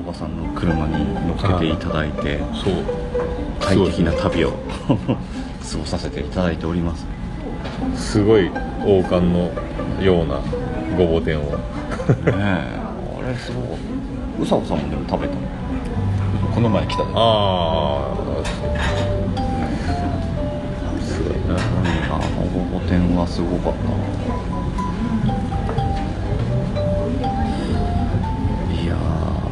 ばさんの車に乗っけていただいて、 そう快適な旅を過ごさせていただいております。 すごい王冠のようなごぼ天をねえあれすごい。うさこさんもでも食べたの？この前来たで。 ああすごいな。 あのごぼ天はすごかった。いや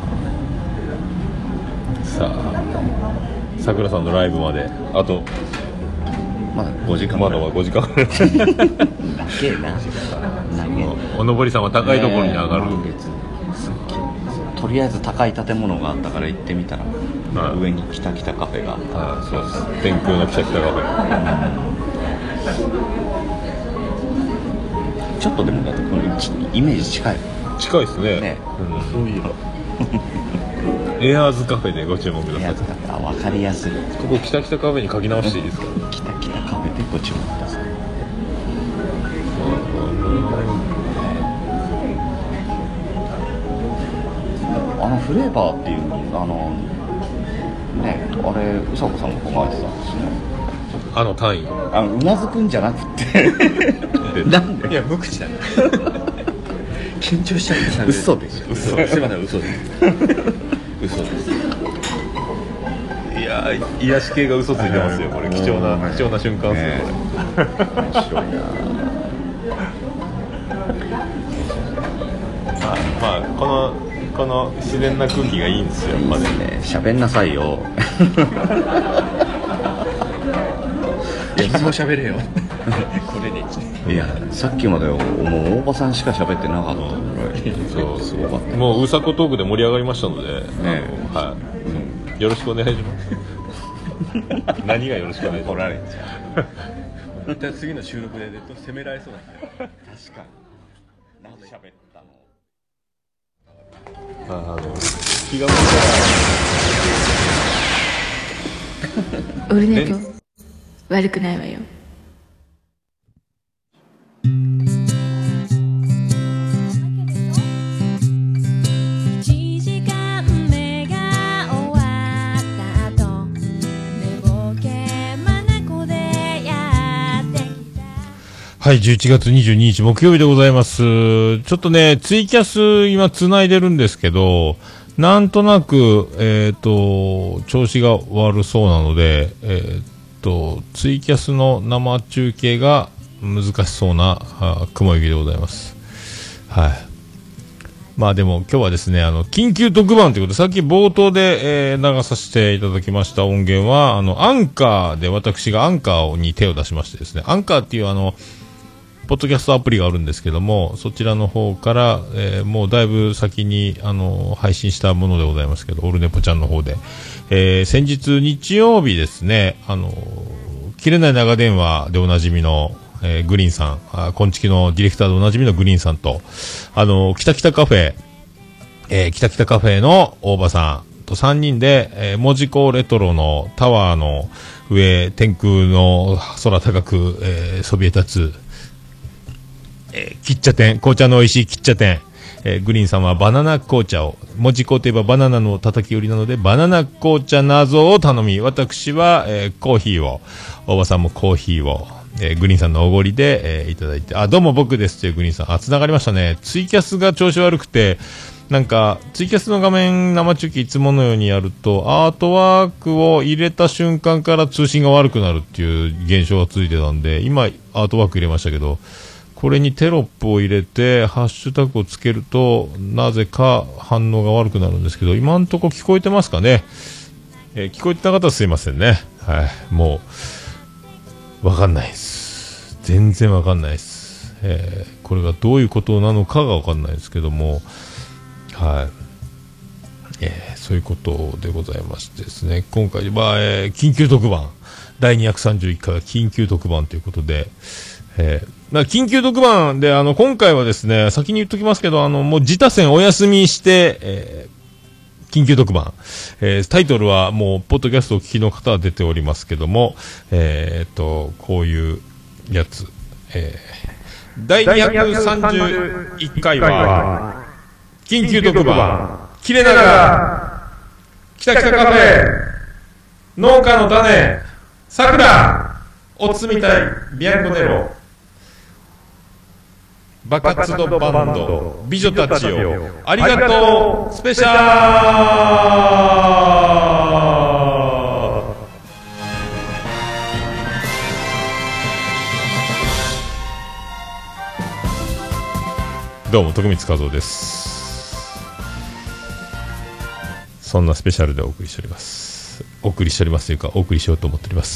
さあさくらさんのライブまであとまだ5時間まだ5時間ぐらい長えな。 おのぼりさんは高いところに上がる、 とりあえず高い建物があったから行ってみたら、上にキタキタカフェがあった。 そうです。天空のキタキタカフェ、 ちょっとでもだってこのイメージ近い近いですね。そういえばエアーズカフェでご注目ください。 あ、分かりやすい。 ここキタキタカフェに書き直していいですか？ キタキタカフェでご注目ください。フレーバーっていうね、あれうさこさんが考えてたんですね。 単位うなずくんじゃなくてなんで？ いや無口だね緊張しちゃって嘘でしょ。 すいません、嘘です嘘です。 いや癒し系が嘘ついてますよ。これ貴重な瞬間ですよ、これ面白いな。まあこの自然な空気がいいんですよ。 いいですね。喋んなさいよ。 君も喋れよこれでいやさっきまでもう大場さんしか喋ってなかったぐらい。 そうすごかった。もううさこトークで盛り上がりましたので、はい、よろしくお願いします何がよろしくお願いします。 怒られちゃう。 また次の収録で責められそうだね。 確かに。何で喋ったの？ 気が向いたらオルネポ悪くないわよ。 はい、11月22日木曜日でございます。ちょっとね、ツイキャス今繋いでるんですけど、なんとなく、調子が悪そうなので、ツイキャスの生中継が難しそうな雲行きでございます。はい。まあでも今日はですね、緊急特番ということで、さっき冒頭で、流させていただきました音源は、アンカーで私がアンカーに手を出しましてですね、アンカーっていうポッドキャストアプリがあるんですけども、そちらの方から、もうだいぶ先に、配信したものでございますけど、オルネポちゃんの方で、先日日曜日ですね、切れない長電話でおなじみの、グリーンさん、こんちきのディレクターでおなじみのグリーンさんと、キタキタカフェ、キタキタカフェの大場さんと3人で、門司港レトロのタワーの上、天空の空高く、そびえ立つ、喫茶店、紅茶の美味しい喫茶店、グリーンさんはバナナ紅茶を、門司港といえばバナナの叩き売りなのでバナナ紅茶謎を頼み、私は、コーヒーを、大場さんもコーヒーを、グリーンさんのおごりで、いただいて、どうも僕ですというグリーンさん、繋がりましたね。ツイキャスが調子悪くて、なんかツイキャスの画面生中継いつものようにやるとアートワークを入れた瞬間から通信が悪くなるっていう現象がついてたんで、今アートワーク入れましたけど、これにテロップを入れてハッシュタグをつけるとなぜか反応が悪くなるんですけど、今んとこ聞こえてますかね。聞こえてなかったらすいませんね。はい、もうわかんないです。全然わかんないです。これがどういうことなのかがわかんないですけども、はい、そういうことでございましてですね、今回は、緊急特番第231回は緊急特番ということで、緊急特番で今回はですね、先に言っときますけど、もう自他戦お休みして、緊急特番、タイトルはもうポッドキャストをお聞きの方は出ておりますけども、こういうやつ、第231回は緊急特番切れ長きたきたカフェ、農家の種、さくら、おつみたい、ビアンコネロ、バカツドバンド、美女たちよ、ありがとう、スペシャー。どうも徳光和夫です。そんなスペシャルでお送りしております。お送りしておりますというかお送りしようと思っております。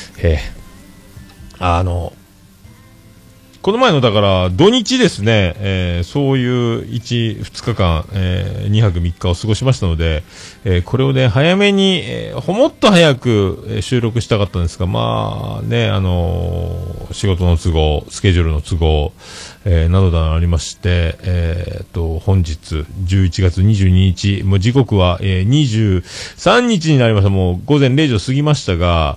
この前のだから土日ですね、そういう2日間、2泊3日を過ごしましたので、これをね早めに、もっと早く収録したかったんですが、まあね仕事の都合、スケジュールの都合、などがありまして、本日11月22日、もう時刻は、23日になりました。もう午前0時を過ぎましたが、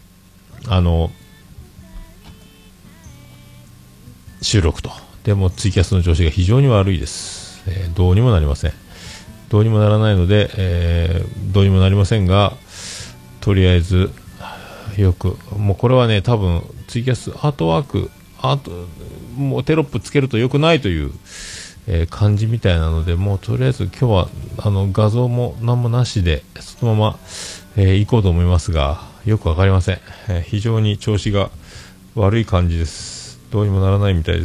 収録と。でもツイキャスの調子が非常に悪いです。どうにもなりません。どうにもならないので、どうにもなりませんが、とりあえず、もうこれはね、多分、ツイキャスアートワーク、もうテロップつけると良くないという、感じみたいなので、もうとりあえず今日は、画像も何もなしで、そのまま、行こうと思いますが、よくわかりません。非常に調子が悪い感じです。どうにもならないみたいです。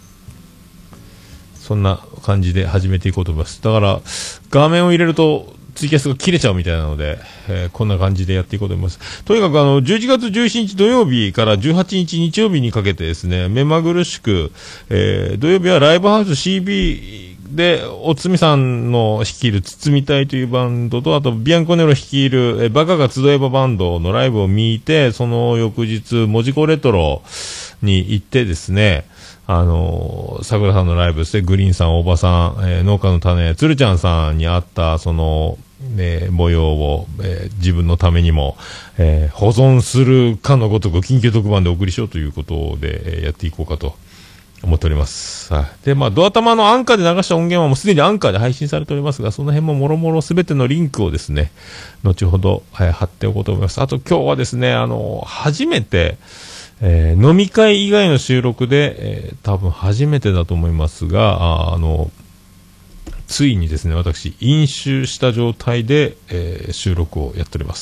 そんな感じで始めていこうと思います。だから画面を入れるとツイキャスが切れちゃうみたいなので、こんな感じでやっていこうと思います。とにかく11月17日土曜日から18日日曜日にかけてですね、目まぐるしく、土曜日はライブハウス CB でおつみさんの率いるつつみ隊というバンドと、あとビアンコネロ率いるバカが集えばバンドのライブを見て、その翌日文字工レトロに行ってですね、桜さんのライブですね、グリーンさん、大場さん、農家の種、鶴ちゃんさんに会った、その、模様を、自分のためにも、保存するかのごとく緊急特番でお送りしようということで、やっていこうかと思っております。はい。で、ドア玉のアンカーで流した音源はもうすでにアンカーで配信されておりますが、その辺ももろもろすべてのリンクをですね、後ほど、貼っておこうと思います。あと今日はですね、初めて、飲み会以外の収録で、多分初めてだと思いますが、ついにですね、私、飲酒した状態で、収録をやっております。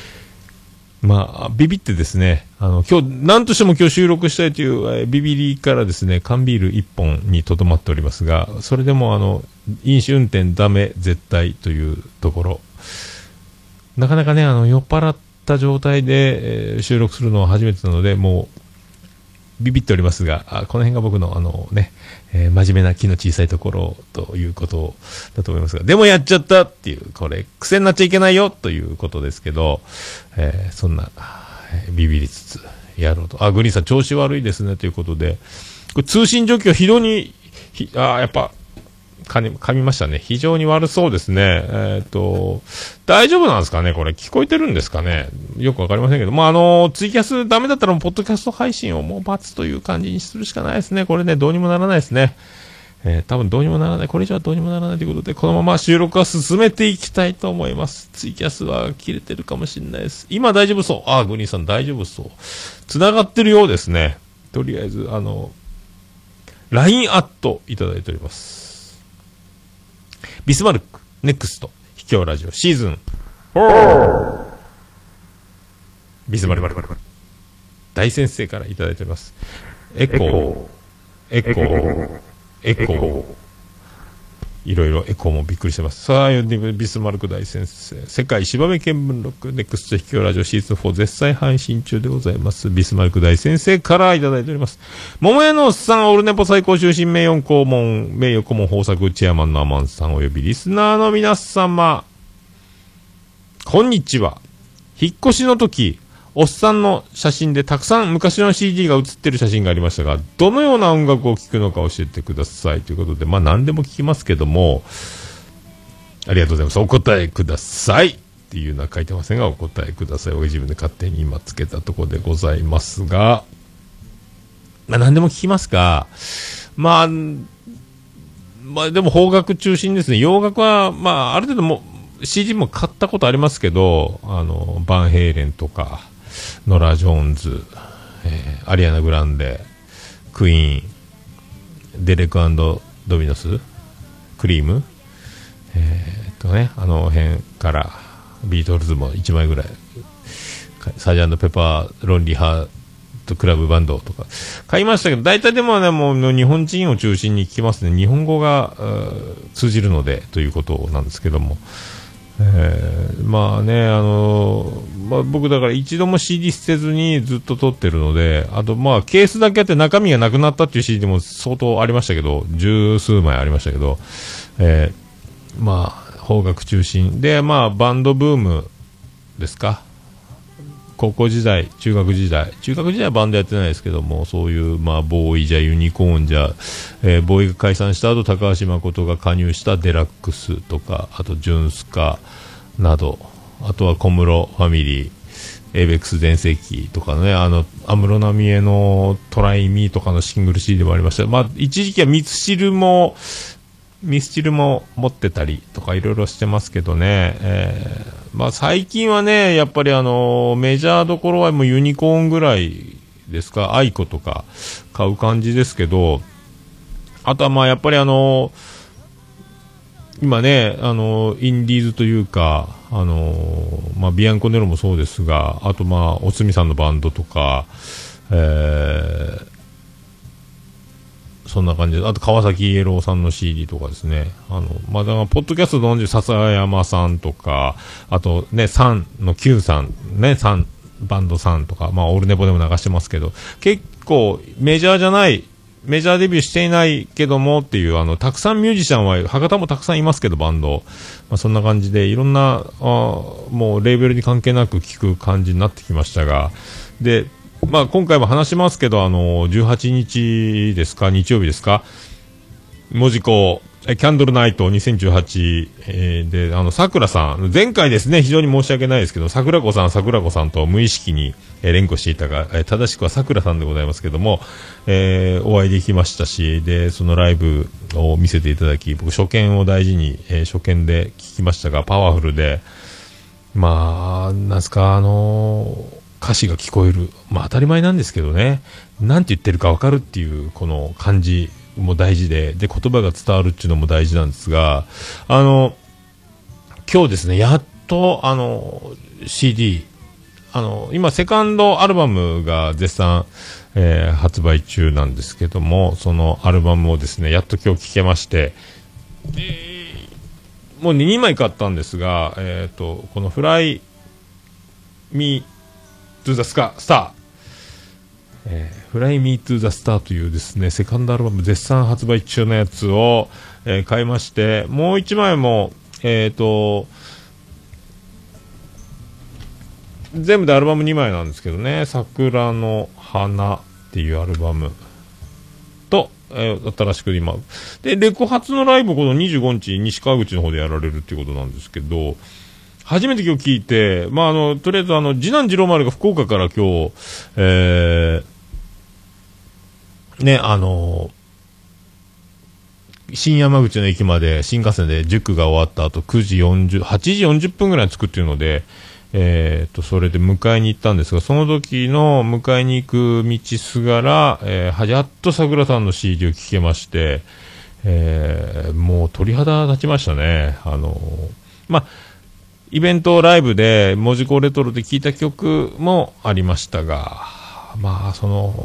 ビビってですね、今日、何としても今日収録したいという、ビビりからですね、缶ビール1本にとどまっておりますが、それでも飲酒運転ダメ、絶対というところ。なかなかね、酔っ払った状態で、収録するのは初めてなので、もうビビっておりますが、この辺が僕の真面目な気の小さいところということだと思いますが、でもやっちゃったっていう、これ癖になっちゃいけないよということですけど、そんな、ビビりつつやろうと。グリーンさん調子悪いですねということで、これ通信状況非常にやっぱ噛みましたね。非常に悪そうですね。大丈夫なんですかね、これ。聞こえてるんですかね。よくわかりませんけど。ツイキャスダメだったらもうポッドキャスト配信をもう×という感じにするしかないですね。これね、どうにもならないですね。多分どうにもならない。これ以上はどうにもならないということで、このまま収録は進めていきたいと思います。ツイキャスは切れてるかもしれないです。今大丈夫そう。グリーンさん大丈夫そう。繋がってるようですね。とりあえず、LINE アットいただいております。ビスマルク、ネクスト、秘境ラジオ、シーズン4。ビスマルク、大先生からいただいております。エコー。いろいろエコーもびっくりしてます。さあ、ビスマルク大先生、世界芝目見聞録、ネクスト秘境ラジオシーズン4絶賛配信中でございます。ビスマルク大先生からいただいております。桃屋のおっさん、オルネポ最高終身名誉顧問豊作チェアマンのアマンさんおよびリスナーの皆様、こんにちは。引っ越しの時、おっさんの写真でたくさん昔の CD が写ってる写真がありましたが、どのような音楽を聴くのか教えてくださいということで、何でも聞きますけども、ありがとうございます。お答えくださいっていうのは書いてませんが、お答えください。自分で勝手に今つけたところでございますが、何でも聞きますが、でも邦楽中心ですね。洋楽は、ある程度も CD も買ったことありますけど、バンヘイレンとか、ノラ・ジョーンズ、アリアナ・グランデ、クイーン、デレク&ドミノス、クリーム、あの辺からビートルズも1枚ぐらい、サージャント・ペパー、ロンリー・ハート・クラブ・バンドとか買いましたけど、大体でもね、もう日本人を中心に聞きますね。日本語が通じるのでということなんですけども、まあね、僕だから一度も CD 捨てずにずっと撮ってるので、あとまあケースだけあって中身がなくなったっていう CD も相当ありましたけど、十数枚ありましたけど、まあ邦楽中心で、まあバンドブームですか。高校時代、中学時代はバンドやってないですけども、そういうまあボーイじゃユニコーンじゃ、ボーイが解散した後、高橋誠が加入したデラックスとか、あとジュンスカなど、あとは小室ファミリー、エイベックス全盛期とかね、安室奈美恵のトライミーとかのシングル CD でもありました。まあ一時期はミスチルも持ってたりとかいろいろしてますけどね、まあ最近はね、やっぱりメジャーどころはもうユニコーンぐらいですか、アイコとか買う感じですけど、あとはまあやっぱり今ね、インディーズというか、まあビアンコネロもそうですが、あとまあおつみさんのバンドとか、そんな感じで、あと川崎イエローさんの CD とかですね、まあだからポッドキャストの笹山さんとか、あとね、3の9さんね、3バンド3とか、まあオルネポでも流してますけど、結構メジャーじゃない、メジャーデビューしていないけどもっていう、たくさんミュージシャンは博多もたくさんいますけど、バンド、まあ、そんな感じでいろんなもうレーベルに関係なく聴く感じになってきましたが、でまあ、今回も話しますけど、18日ですか、日曜日ですか、門司港キャンドルナイト2018、で、桜さん、前回ですね、非常に申し訳ないですけど、桜子さんと無意識に、連呼していたが、正しくは桜さんでございますけども、お会いできましたし、で、そのライブを見せていただき、僕、初見を大事に、初見で聞きましたが、パワフルで、まあ、なんすか、歌詞が聞こえる。まあ当たり前なんですけどね。なんて言ってるか分かるっていうこの感じも大事で、言葉が伝わるっていうのも大事なんですが、今日ですね、やっとCD、今セカンドアルバムが絶賛、発売中なんですけども、そのアルバムをですね、やっと今日聴けまして、もう2枚買ったんですが、このフライミートゥザスター、フライミートゥザスターというですね、セカンドアルバム絶賛発売中のやつを、買いまして、もう1枚も全部でアルバム2枚なんですけどね、桜の花っていうアルバムと、新しく今でレコ発のライブをこの25日西川口の方でやられるっていうことなんですけど、初めて今日聞いて、まあとりあえず次男次郎丸が福岡から今日、ね、新山口の駅まで新幹線で塾が終わった後8時40分ぐらいに着くっていうので、それで迎えに行ったんですが、その時の迎えに行く道すがら、やっと桜さんの CD を聞けまして、もう鳥肌立ちましたね。まあイベントライブで門司港レトロで聴いた曲もありましたが、まあ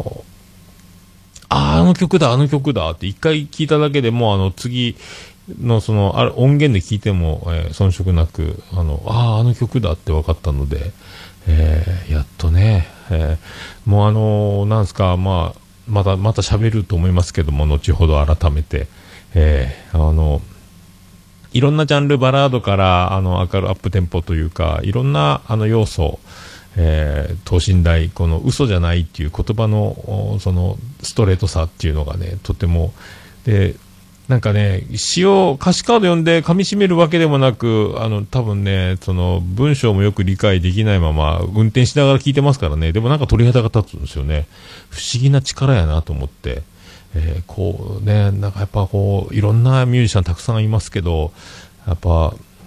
あの曲だって一回聴いただけでも次の音源で聴いても、遜色なくあの曲だって分かったので、やっとね、もうなんすか、また喋ると思いますけども、後ほど改めて、いろんなジャンル、バラードから明るアップテンポというか、いろんな要素、等身大、この嘘じゃないっていう言葉のそのストレートさっていうのがね、とてもで、なんかね、詩を歌詞カード読んで噛み締めるわけでもなく、多分ね、その文章もよく理解できないまま運転しながら聞いてますからね。でもなんか鳥肌が立つんですよね。不思議な力やなと思って。こうね、なんかやっぱこういろんなミュージシャンたくさんいますけど、やっぱ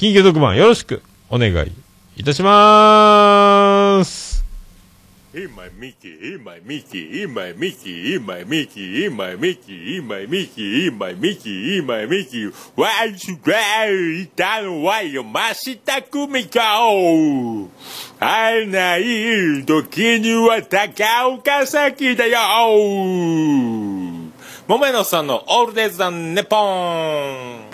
緊急特番よろしくお願いいたしまーす。 In my Mickey, in my Mickey, in my Mickey, in my Mickey, in my Mickey, in my Mickey, in my Mickey, in my Mickey. Why you cry? いたのは山下久美子。会えない時には高岡早紀だよ。桃野さんのオールデイズザネポン。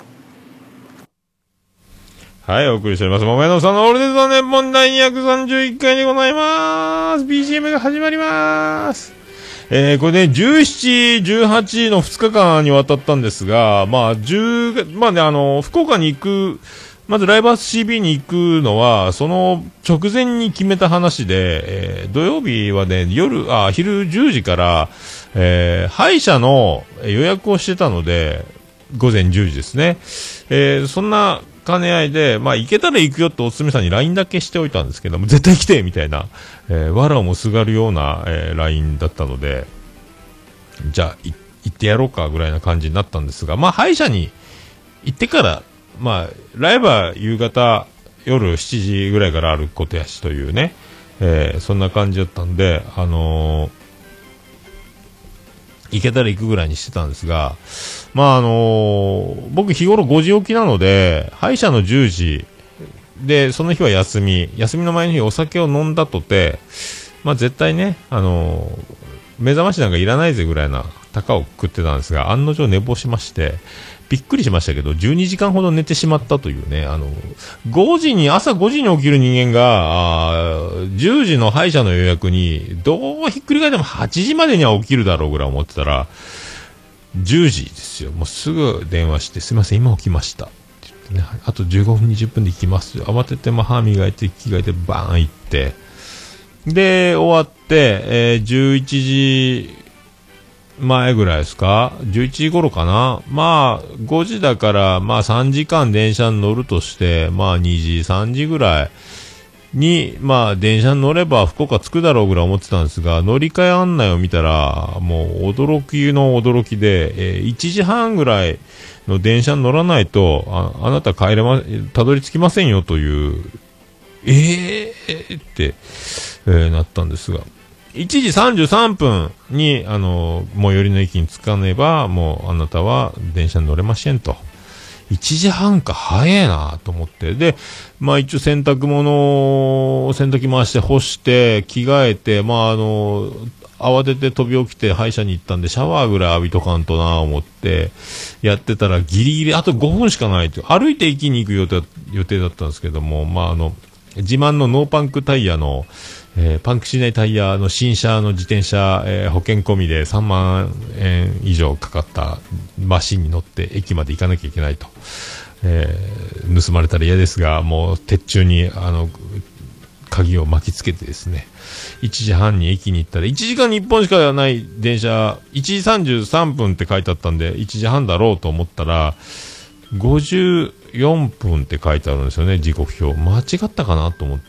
はい、お送りしております。桃屋のさんのオールデイズの年本第231回でございます。BGM が始まります。これね、17、18の2日間にわたったんですが、まあ、まあね、福岡に行く、まずライブハウス CB に行くのは、その直前に決めた話で、土曜日はね、昼10時から、歯医者の予約をしてたので、午前10時ですね。そんな、兼ね合いで、まあ、行けたら行くよっておつみさんに LINE だけしておいたんですけども、絶対来てみたいな、藁をもすがるような、LINE だったので、じゃあ、行ってやろうかぐらいな感じになったんですが、まあ、歯医者に行ってから、まあ、ライブは夕方、夜7時ぐらいからあることやしというね、そんな感じだったんで、行けたら行くぐらいにしてたんですが、まあ僕日頃5時起きなので、歯医者の10時で、その日は休みの前の日お酒を飲んだとて、まあ絶対ね、目覚ましなんかいらないぜぐらいな高を食ってたんですが、案の定寝坊しまして、びっくりしましたけど、12時間ほど寝てしまったというね、朝5時に起きる人間が、10時の歯医者の予約に、どうひっくり返っても8時までには起きるだろうぐらい思ってたら、10時ですよ。もうすぐ電話して、すいません、今起きました。って言ってね、あと15分、20分で行きます。慌てて、歯磨いて、着替えて、バーン行って、で、終わって、11時、前ぐらいですか ?11 時頃かな。まあ、5時だから、まあ3時間電車に乗るとして、まあ2時、3時ぐらいに、まあ電車に乗れば福岡着くだろうぐらい思ってたんですが、乗り換え案内を見たら、もう驚きの驚きで、1時半ぐらいの電車に乗らないと、あなたたどり着きませんよという、って、なったんですが。1時33分に、最寄りの駅に着かねば、もうあなたは電車に乗れませんと。1時半か、早えなと思って。で、まあ一応洗濯機回して干して、着替えて、まあ慌てて飛び起きて歯医者に行ったんで、シャワーぐらい浴びとかんとな思って、やってたらギリギリ、あと5分しかないと。歩いて駅に行く予定だったんですけども、まあ自慢のノーパンクタイヤの、パンクしないタイヤの新車の自転車、保険込みで3万円以上かかったマシンに乗って駅まで行かなきゃいけないと。盗まれたら嫌ですが、もう鉄柱に鍵を巻きつけてですね、1時半に駅に行ったら、1時間に1本しかない電車、1時33分って書いてあったんで、1時半だろうと思ったら、54分って書いてあるんですよね、時刻表。間違ったかなと思って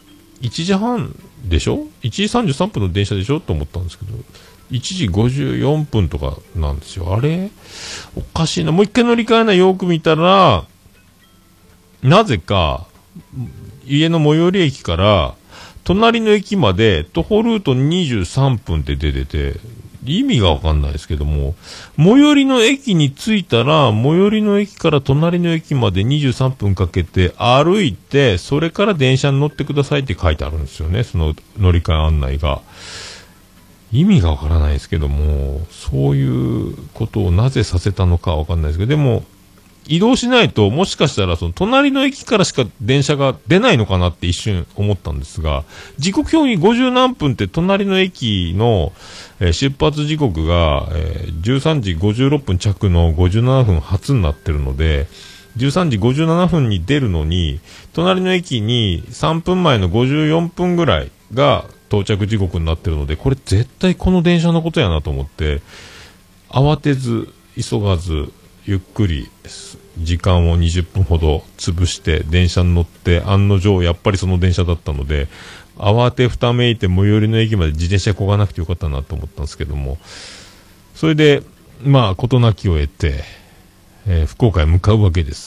、1時半でしょ ?1 時33分の電車でしょと思ったんですけど、1時54分とかなんですよ。あれおかしいな。もう一回乗り換えないよく見たら、なぜか、家の最寄り駅から、隣の駅まで徒歩ルート23分って出てて、意味がわかんないですけども、最寄りの駅に着いたら、最寄りの駅から隣の駅まで23分かけて歩いて、それから電車に乗ってくださいって書いてあるんですよね、その乗り換え案内が。意味がわからないですけども、そういうことをなぜさせたのかわかんないですけど、でも、移動しないと、もしかしたらその隣の駅からしか電車が出ないのかなって一瞬思ったんですが、時刻表に50何分って隣の駅の、出発時刻が、13時56分着の57分発になってるので、13時57分に出るのに、隣の駅に3分前の54分ぐらいが到着時刻になってるので、これ絶対この電車のことやなと思って、慌てず、急がず、ゆっくり時間を20分ほど潰して電車に乗って、案の定やっぱりその電車だったので、慌てふためいて最寄りの駅まで自転車こがなくてよかったなと思ったんですけども、それでまあ事なきを得て、福岡へ向かうわけです。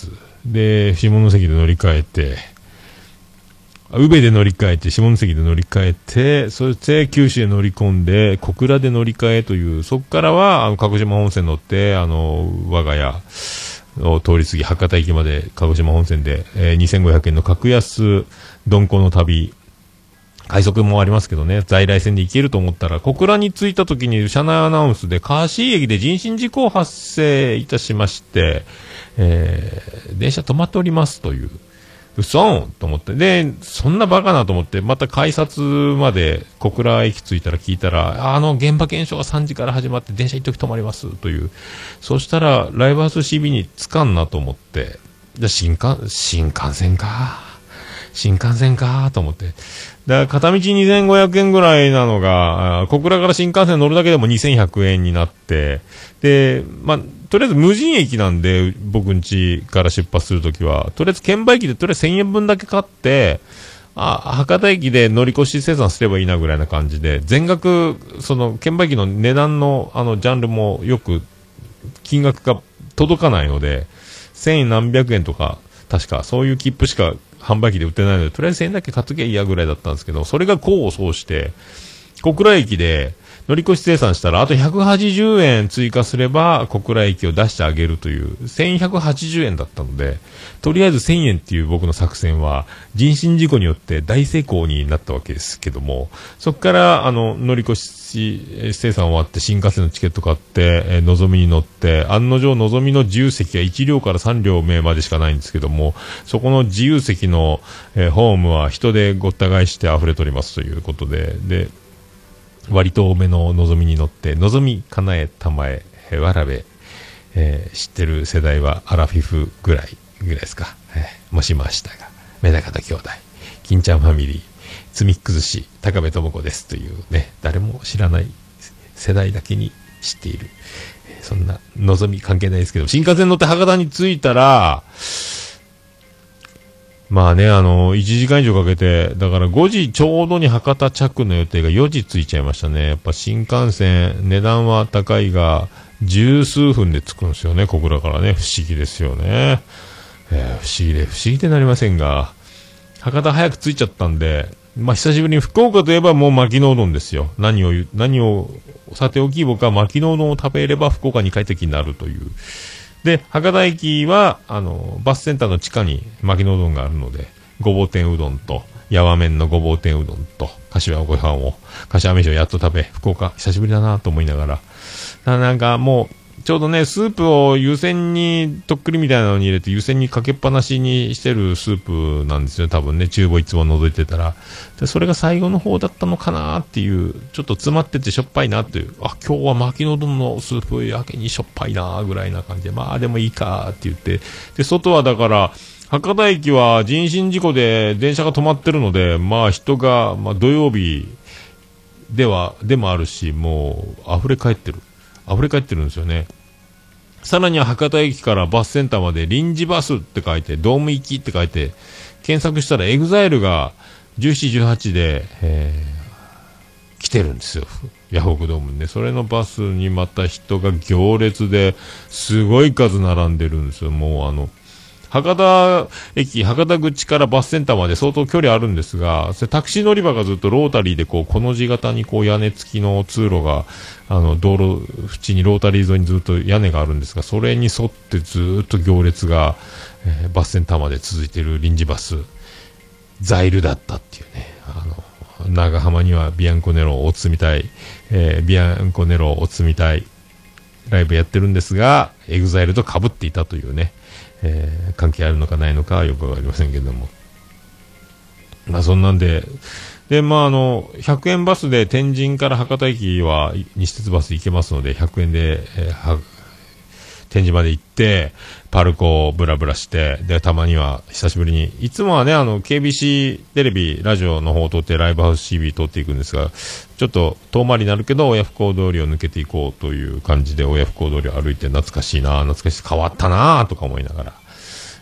で、下関で乗り換えて、宇部で乗り換えて、下関で乗り換えて、そして九州で乗り込んで、小倉で乗り換えという、そこからは、鹿児島本線乗って、我が家を通り過ぎ、博多駅まで鹿児島本線で、2500円の格安鈍行の旅、快速もありますけどね、在来線で行けると思ったら、小倉に着いた時に車内アナウンスで、カーシー駅で人身事故発生いたしまして、電車止まっておりますという、嘘と思って。で、そんなバカなと思って、また改札まで小倉駅着いたら聞いたら、現場検証が3時から始まって電車一時止まりますという。そしたら、ライブハウス CB に着かんなと思って、じゃ新幹線かと思って。だから片道2500円ぐらいなのが、小倉から新幹線乗るだけでも2100円になって、で、とりあえず無人駅なんで、僕ん家から出発するときは、とりあえず券売機でとりあえず1000円分だけ買って、博多駅で乗り越し生産すればいいなぐらいな感じで、全額、その券売機の値段のジャンルもよく金額が届かないので、1000何百円とか、確かそういう切符しか販売機で売ってないので、とりあえず1000円だけ買っときゃいいやぐらいだったんですけど、それが功を奏して、小倉駅で乗り越し生産したら、あと180円追加すれば、小倉駅を出してあげるという、1180円だったので、とりあえず1000円っていう僕の作戦は、人身事故によって大成功になったわけですけども、そこから、乗り越し生産終わって、新幹線のチケット買って、のぞみに乗って、案の定のぞみの自由席が1両から3両目までしかないんですけども、そこの自由席の、ホームは人でごった返して溢れておりますということで、で、割と多めののぞみに乗って、のぞみ、かなえ、たまえ、わらべ、知ってる世代はアラフィフぐらいですか。もしましたが、メダカと兄弟、金ちゃんファミリー、つみっくずし、高部智子ですというね、誰も知らない世代だけに知っている。そんな、のぞみ関係ないですけど、新幹線乗って博多に着いたら、1時間以上かけて、だから5時ちょうどに博多着の予定が4時着いちゃいましたね。やっぱ新幹線、値段は高いが、十数分で着くんですよね、小倉からね。不思議ですよね。不思議でなりませんが、博多早く着いちゃったんで、久しぶりに福岡といえばもう巻きのうどんですよ。何を、さておき僕は巻きのうどんを食べれば福岡に帰ってきになるという。で、博多駅は、バスセンターの地下に巻きのうどんがあるので、ごぼう天うどんと、やわ麺のごぼう天うどんと、柏ご飯を、柏飯をやっと食べ、福岡、久しぶりだなと思いながら、なんかもう、ちょうどね、スープを湯煎に、とっくりみたいなのに入れて、湯煎にかけっぱなしにしてるスープなんですよ、多分ね、厨房いつも覗いてたら。で、それが最後の方だったのかなっていう、ちょっと詰まっててしょっぱいなっていう、今日は巻きのどんのスープやけにしょっぱいなぐらいな感じで、でもいいかって言って、で、外はだから、博多駅は人身事故で電車が止まってるので、人が、土曜日でもあるし、もう、溢れ返ってるんですよね。さらには博多駅からバスセンターまで臨時バスって書いて、ドーム行きって書いて、検索したらエグザイルが17、18で、来てるんですよ。ヤフオクドームにね。それのバスにまた人が行列で、すごい数並んでるんですよ。もう博多駅、博多口からバスセンターまで相当距離あるんですが、タクシー乗り場がずっとロータリーでこの字型に屋根付きの通路が、道路縁にロータリー沿いにずっと屋根があるんですが、それに沿ってずっと行列が、バスセンターまで続いている臨時バス、ザイルだったっていうね、長浜にはビアンコネロを積みたい、ビアンコネロを積みたいライブやってるんですが、エグザイルと被っていたというね、関係あるのかないのかはよくわかりませんけども。そんなんで、100円バスで天神から博多駅は西鉄バス行けますので、100円で、天神まで行って、パルコをブラブラして、で、たまには久しぶりに、いつもはね、KBC テレビ、ラジオの方を通ってライブハウス CB 通っていくんですが、ちょっと遠回りになるけど、親不孝通りを抜けていこうという感じで、親不孝通りを歩いて懐かしい、変わったなとか思いながら、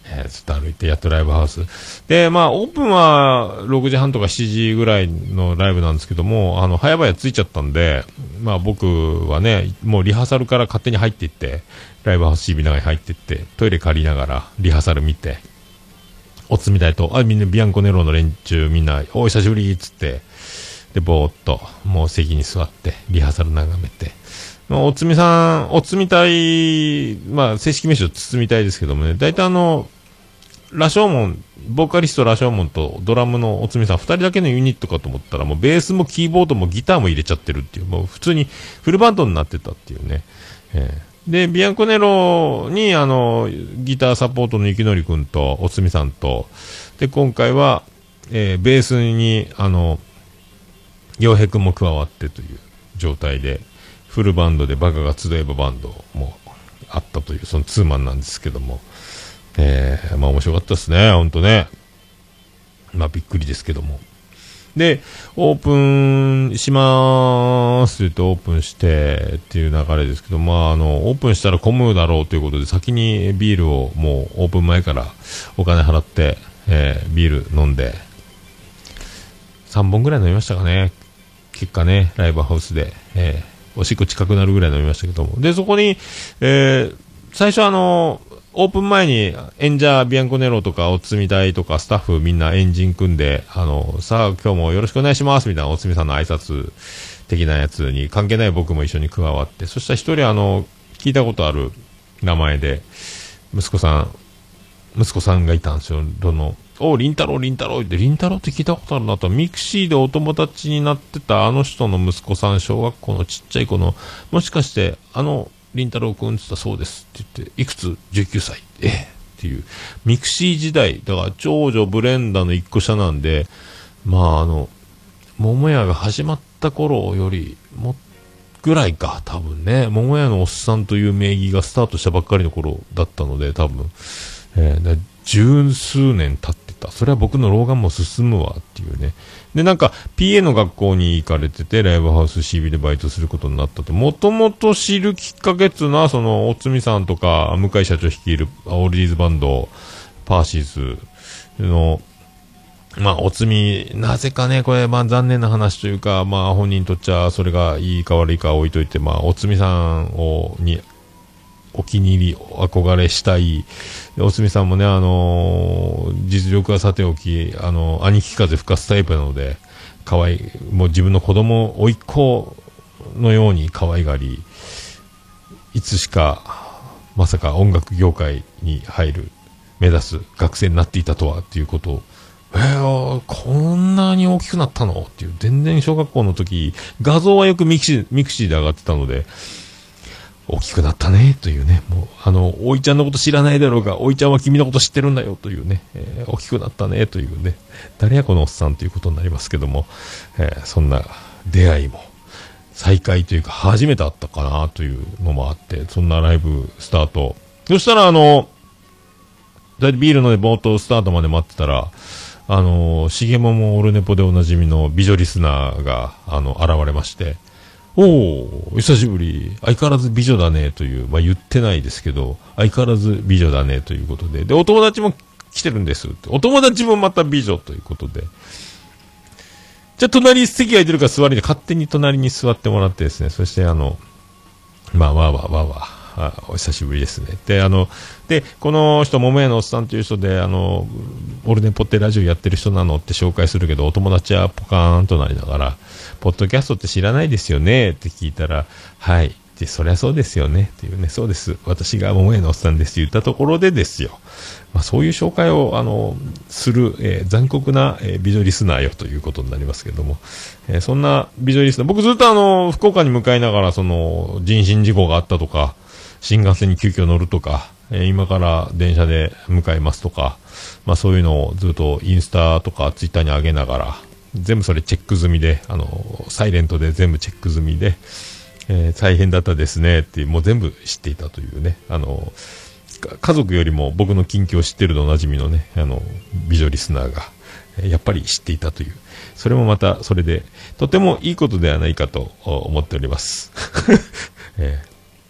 ずっと歩いて、やっとライブハウス。で、まあ、オープンは6時半とか7時ぐらいのライブなんですけども、早々着いちゃったんで、まあ僕はね、もうリハーサルから勝手に入っていって、ライブハウス CB の中に入っていって、トイレ借りながらリハーサル見て、おつみたいと、みんなビアンコネロの連中みんな、お久しぶりっつって、で、ぼーっと、もう席に座って、リハーサル眺めて、おつみさん、おつみたい、まあ、正式名称つつみたいですけどもね、大体羅生門、ボーカリスト羅生門とドラムのおつみさん、二人だけのユニットかと思ったら、もうベースもキーボードもギターも入れちゃってるっていう、もう普通にフルバンドになってたっていうね。で、ビアンコネロに、ギターサポートの雪のりくんと、おつみさんと、で、今回は、ベースに、洋平くんも加わってという状態で、フルバンドでバカが集えばバンドもあったという、そのツーマンなんですけども、まあ面白かったですね、ほんとね。まあびっくりですけども。で、オープンしまーすって言ってオープンしてっていう流れですけど、まあオープンしたら混むだろうということで、先にビールをもうオープン前からお金払って、ビール飲んで、3本ぐらい飲みましたかね。結果ね、ライブハウスで、おしっこ近くなるぐらい飲みましたけども。で、そこに、最初オープン前に演者ビアンコネロとかおつみ隊とかスタッフみんなエンジン組んで、さあ今日もよろしくお願いしますみたいなおつみさんの挨拶的なやつに関係ない僕も一緒に加わって、そしたら一人聞いたことある名前で、息子さんがいたんですよ。りんたろーって聞いたことあるなと、ミクシーでお友達になってたあの人の息子さん、小学校のちっちゃい子の、もしかしてりんたろーくんって言ったらそうですって言って、いくつ ?19 歳。っていう。ミクシー時代。だから長女ブレンダの一個下なんで、まあ桃屋が始まった頃よりもぐらいか、多分ね。桃屋のおっさんという名義がスタートしたばっかりの頃だったので、多分。十数年経ってた。それは僕の老眼も進むわっていうね。で、なんか PA の学校に行かれてて、ライブハウス CB でバイトすることになったと。もともと知るきっかけっていうのは、おつみさんとか向井社長率いるオールディーズバンドパーシーズの、まあおつみ、なぜかね、これまあ残念な話というか、まあ本人にとっちゃそれがいいか悪いか置いといて、まあおつみさんにお気に入り、憧れしたい。おつみさんもね、実力はさておき、兄貴風吹かすタイプなので、もう自分の子供、甥っ子のように可愛がり、いつしか、まさか音楽業界に入る、目指す学生になっていたとは、っていうことを、こんなに大きくなったのっていう、全然小学校の時、画像はよくミクシーで上がってたので、大きくなったねというね、もうおいちゃんのこと知らないだろうが、おいちゃんは君のこと知ってるんだよというね、大きくなったねというね、誰やこのおっさんということになりますけども、そんな出会いも再会というか初めて会ったかなというのもあって、そんなライブスタート。そしたらだいたいビールの冒頭スタートまで待ってたら、しげももオルネポでおなじみの美女リスナーが現れまして、お久しぶり。相変わらず美女だねという、まあ言ってないですけど、相変わらず美女だねということで、で、お友達も来てるんですって。お友達もまた美女ということで。じゃあ隣席が空いてるから座りで勝手に隣に座ってもらってですね、そしてまあわーお久しぶりですね。で、この人、桃屋のおっさんという人で、オルネポってラジオやってる人なのって紹介するけど、お友達はポカーンとなりながら、ポッドキャストって知らないですよねって聞いたら、はい。で、そりゃそうですよねっていうね、そうです。私が桃屋のおっさんですって言ったところでですよ。まあそういう紹介を、する、残酷な、美女リスナーよということになりますけども、そんな美女リスナー、僕ずっと福岡に向かいながら、人身事故があったとか、新幹線に急遽乗るとか、今から電車で向かいますとか、まあそういうのをずっとインスタとかツイッターに上げながら、全部それチェック済みで、サイレントで全部チェック済みで、大変だったですねっていう、もう全部知っていたというね、家族よりも僕の近況を知ってるとおなじみのね、美女リスナーが、やっぱり知っていたという、それもまたそれで、とてもいいことではないかと思っております。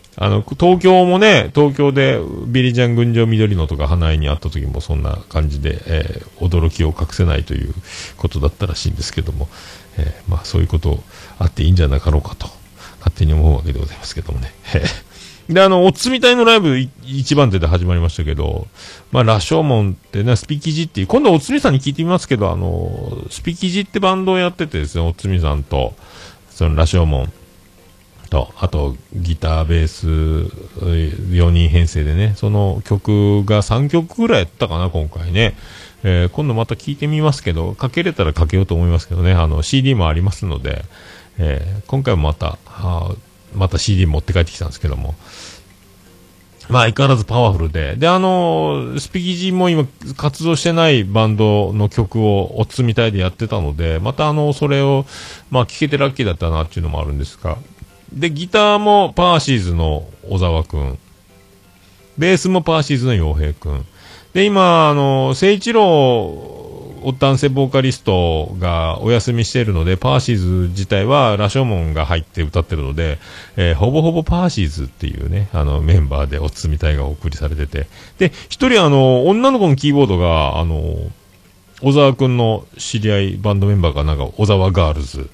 東京もね、東京でビリジャン群青緑のとか花江に会った時もそんな感じで、驚きを隠せないということだったらしいんですけども、まあそういうことあっていいんじゃなかろうかと勝手に思うわけでございますけどもね。で、おつみたいのライブ一番手で始まりましたけど、まあ、羅生門ってね、スピキジっていう、今度おつみさんに聞いてみますけど、スピキジってバンドをやっててですね、おつみさんと、その羅生門と、あと、ギター、ベース、4人編成でね、その曲が3曲ぐらいやったかな、今回ね。今度また聞いてみますけど、かけれたらかけようと思いますけどね、CD もありますので、今回もまた CD 持って帰ってきたんですけども、まあ相変わらずパワフルで、で、スピキジも今活動してないバンドの曲をおつみたいでやってたので、またそれを、まあ聴けてラッキーだったなっていうのもあるんですが、で、ギターもパーシーズの小沢くん、ベースもパーシーズの洋平くん、で、今、聖一郎、男性ボーカリストがお休みしているので、パーシーズ自体は羅生門が入って歌ってるので、ほぼほぼパーシーズっていうね、メンバーでおつみたいがお送りされてて、で、一人女の子のキーボードが、小沢くんの知り合いバンドメンバーがなんか、小沢ガールズ、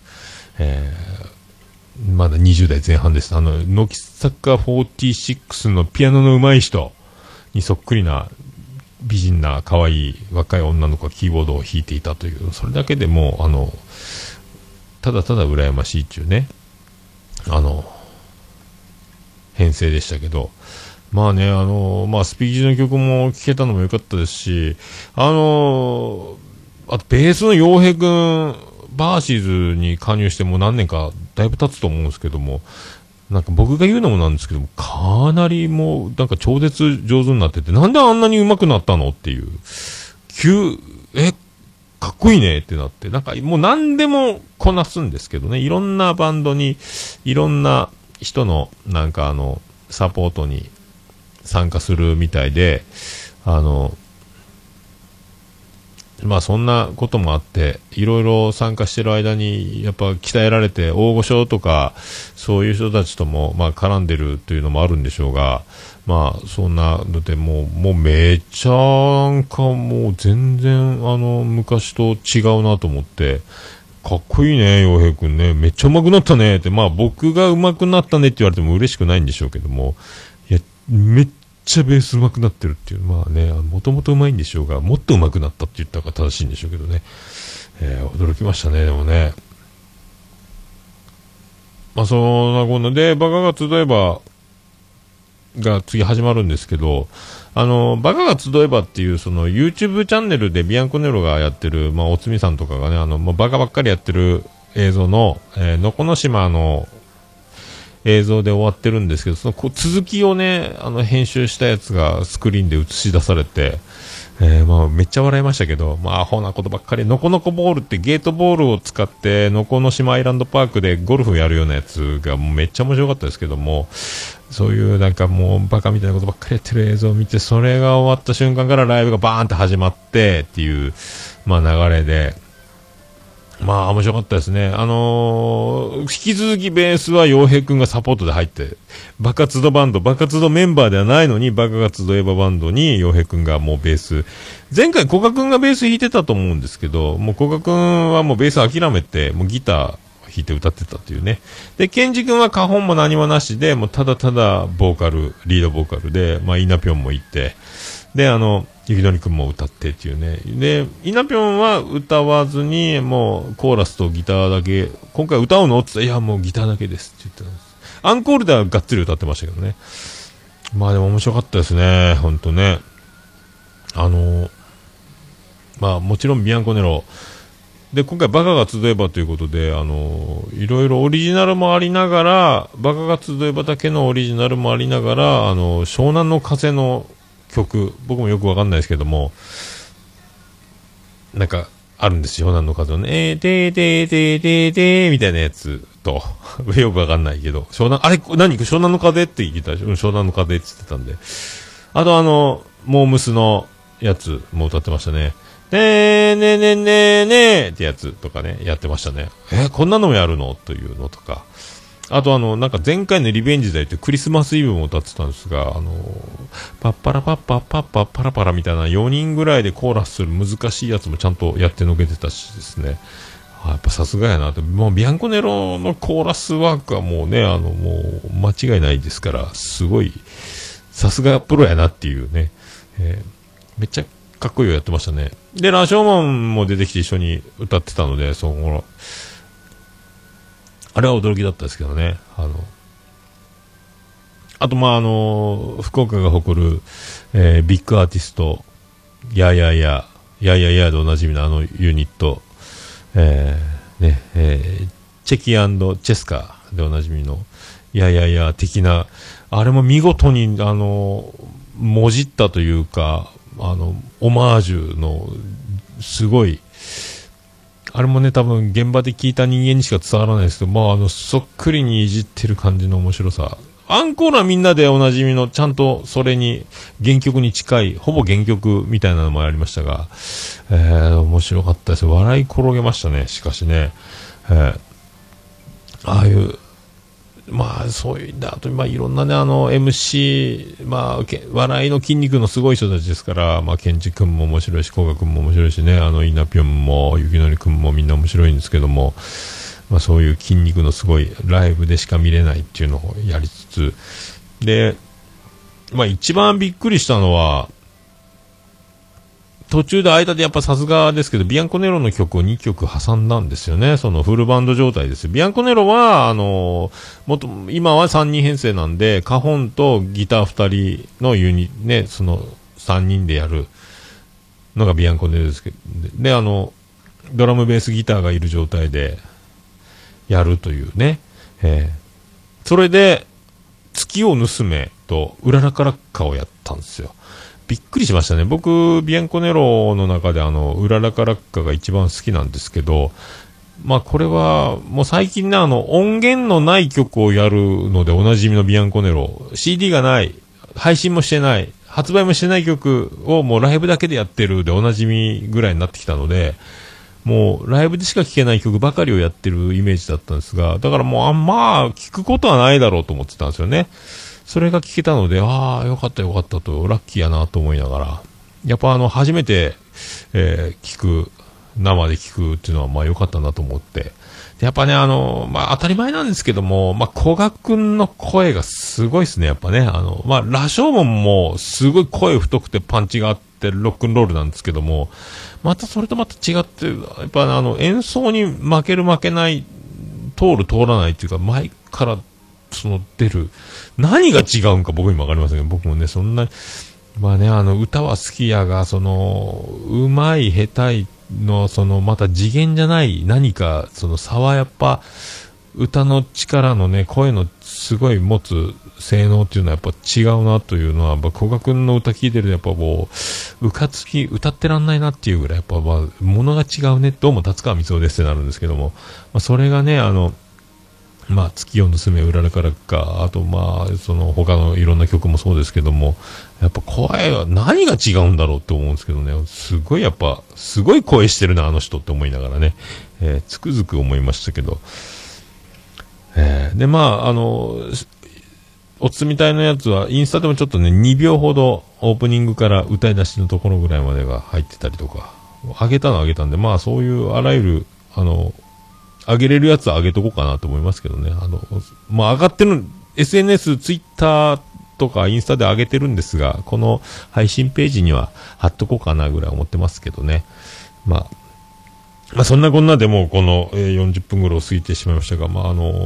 まだ20代前半です。乃木坂46のピアノの上手い人にそっくりな、美人な可愛い若い女の子がキーボードを弾いていたという、それだけでもただただ羨ましいっていうね、編成でしたけど、まあね、まあスピーチの曲も聴けたのも良かったですし、あとベースの洋平くん、バーシーズに加入してもう何年かだいぶ経つと思うんですけども、なんか僕が言うのもなんですけども、かなりもうなんか超絶上手になってて、なんであんなに上手くなったのっていう、かっこいいねってなって、なんかもう何でもこなすんですけどね、いろんなバンドにいろんな人のなんかサポートに参加するみたいで、まあそんなこともあっていろいろ参加してる間にやっぱ鍛えられて大御所とかそういう人たちともまあ絡んでるというのもあるんでしょうが、まあそんなのでもうめっちゃなんかもう全然昔と違うなと思って、かっこいいね洋平くんね、めっちゃ上手くなったねって、まあ僕が上手くなったねって言われても嬉しくないんでしょうけども、いやめっちゃベース上手くなってるっていう、まあね、もともと上手いんでしょうが、もっと上手くなったって言った方が正しいんでしょうけどね、驚きましたね。でもね、まあそんなこんなでバカが集えばが次始まるんですけど、バカが集えばっていうその YouTube チャンネルでビアンコネロがやってる、まあおつみさんとかがね、もうバカばっかりやってる映像の、のこの島の映像で終わってるんですけど、その続きをね、編集したやつがスクリーンで映し出されて、まあめっちゃ笑いましたけど、まあアホなことばっかり、のこのこボールってゲートボールを使ってのこの島アイランドパークでゴルフやるようなやつがもうめっちゃ面白かったですけども、そういうなんかもうバカみたいなことばっかりやってる映像を見て、それが終わった瞬間からライブがバーンって始まってっていう、まあ流れで、まあ面白かったですね。引き続きベースは洋平くんがサポートで入って、バカツドバンド、バカツドメンバーではないのにバカが集えばバンドに洋平くんがもうベース、前回コカくんがベース弾いてたと思うんですけど、もうコカくんはもうベース諦めて、もうギター弾いて歌ってたっていうね。で、ケンジくんはカホンも何もなしで、もうただただボーカル、リードボーカルで、まあイナピョンも行って、で、ゆきのりくんも歌ってっていうね。で、イナピョンは歌わずに、もうコーラスとギターだけ、今回歌うのって言ったら、いやもうギターだけですって言ってたんです。アンコールではがっつり歌ってましたけどね。まあでも面白かったですね、ほんとね。まあもちろんビアンコネロ。で、今回バカが集えばということで、いろいろオリジナルもありながら、バカが集えばだけのオリジナルもありながら、湘南の風の曲、僕もよくわかんないですけども、なんかあるんですよ、湘南の風のね、てーてーてーてーてーみたいなやつとよくわかんないけど、湘南、あれ何湘南の風って言ったら、湘南の風って言ってたんで、あとモームスのやつも歌ってましたね。ねーねーねーねーねーってやつとかね、やってましたね。こんなのもやるのというのとか、 あとなんか前回のリベンジだよってクリスマスイブも歌ってたんですが、パッパラパッパッパッパッパラパラみたいな4人ぐらいでコーラスする難しいやつもちゃんとやってのけてたしですね。やっぱさすがやなと。もうビアンコネロのコーラスワークはもうね、もう間違いないですから、すごい、さすがプロやなっていうね。めっちゃかっこいいをやってましたね。で、ラショーマンも出てきて一緒に歌ってたので、あれは驚きだったですけどね。あと、福岡が誇る、ビッグアーティスト、やでおなじみのユニット、チェキ&チェスカでおなじみの、的な、あれも見事に、もじったというか、オマージュの、すごい、あれもね、多分現場で聞いた人間にしか伝わらないですけど、そっくりにいじってる感じの面白さ。アンコールはみんなでおなじみの、ちゃんとそれに、原曲に近い、ほぼ原曲みたいなのもありましたが、面白かったです。笑い転げましたね、しかしね。ああいう、そういうんだ、あと、いろんなね、MC、笑いの筋肉のすごい人たちですから、ケンジ君も面白いし、コガ君も面白いしね、イナピョンも、ユキノリ君もみんな面白いんですけども、そういう筋肉のすごいライブでしか見れないっていうのをやりつつ、で、一番びっくりしたのは、途中で間でやっぱさすがですけど、ビアンコネロの曲を2曲挟んだんですよね。そのフルバンド状態です。ビアンコネロは、今は3人編成なんで、カホンとギター2人のユニ、ね、その3人でやるのがビアンコネロですけど、で、ドラムベースギターがいる状態でやるというね。それで、月を盗めと、ウララカラッカをやったんですよ。びっくりしましたね。僕、ビアンコネロの中でウララカラッカが一番好きなんですけど、これは、もう最近ね、音源のない曲をやるのでおなじみのビアンコネロ、CD がない、配信もしてない、発売もしてない曲をもうライブだけでやってるでおなじみぐらいになってきたので、もうライブでしか聴けない曲ばかりをやってるイメージだったんですが、だからもう聴くことはないだろうと思ってたんですよね。それが聞けたので、よかったよかったと、ラッキーやなと思いながら、やっぱ初めて、生で聞くっていうのは良かったなと思って。でやっぱね、当たり前なんですけども、古賀くんの声がすごいですね、やっぱね。ラショーモンもすごい声太くてパンチがあってロックンロールなんですけども、それとまた違って、やっぱ演奏に負ける負けない、通らないっていうか、前から出る、何が違うんか僕にもわかりませんけど、僕もね、そんな、歌は好きやが、うまい、下手いの、また次元じゃない何か、差はやっぱ、歌の力のね、声のすごい持つ性能っていうのはやっぱ違うなというのは、古賀くんの歌聴いてるとやっぱもう、歌ってらんないなっていうぐらい、やっぱ物が違うね、どうも達川光雄ですってなるんですけども、それがね、月を盗め、うららからか、あと他のいろんな曲もそうですけども、やっぱ声は何が違うんだろうって思うんですけどね、すごい声してるな、あの人って思いながらね、つくづく思いましたけど、で、おつみたいのやつは、インスタでもちょっとね、2秒ほどオープニングから歌い出しのところぐらいまでが入ってたりとか、上げたんで、そういうあらゆる、上げれるやつは上げとこうかなと思いますけどね。上がってる、SNS、ツイッターとかインスタで上げてるんですが、この配信ページには貼っとこうかなぐらい思ってますけどね。そんなこんなでもうこの、40分頃過ぎてしまいましたが、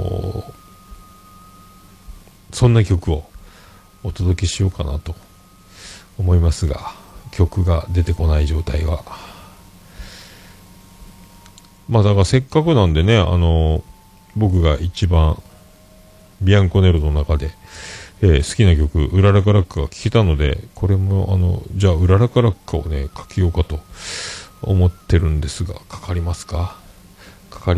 そんな曲をお届けしようかなと思いますが、曲が出てこない状態は。だからせっかくなんでね、僕が一番ビアンコネロの中で、好きな曲、ウララカラッカが聴けたので、これもじゃあウララカラッカをね、かけようかと思ってるんですが、かかりますか行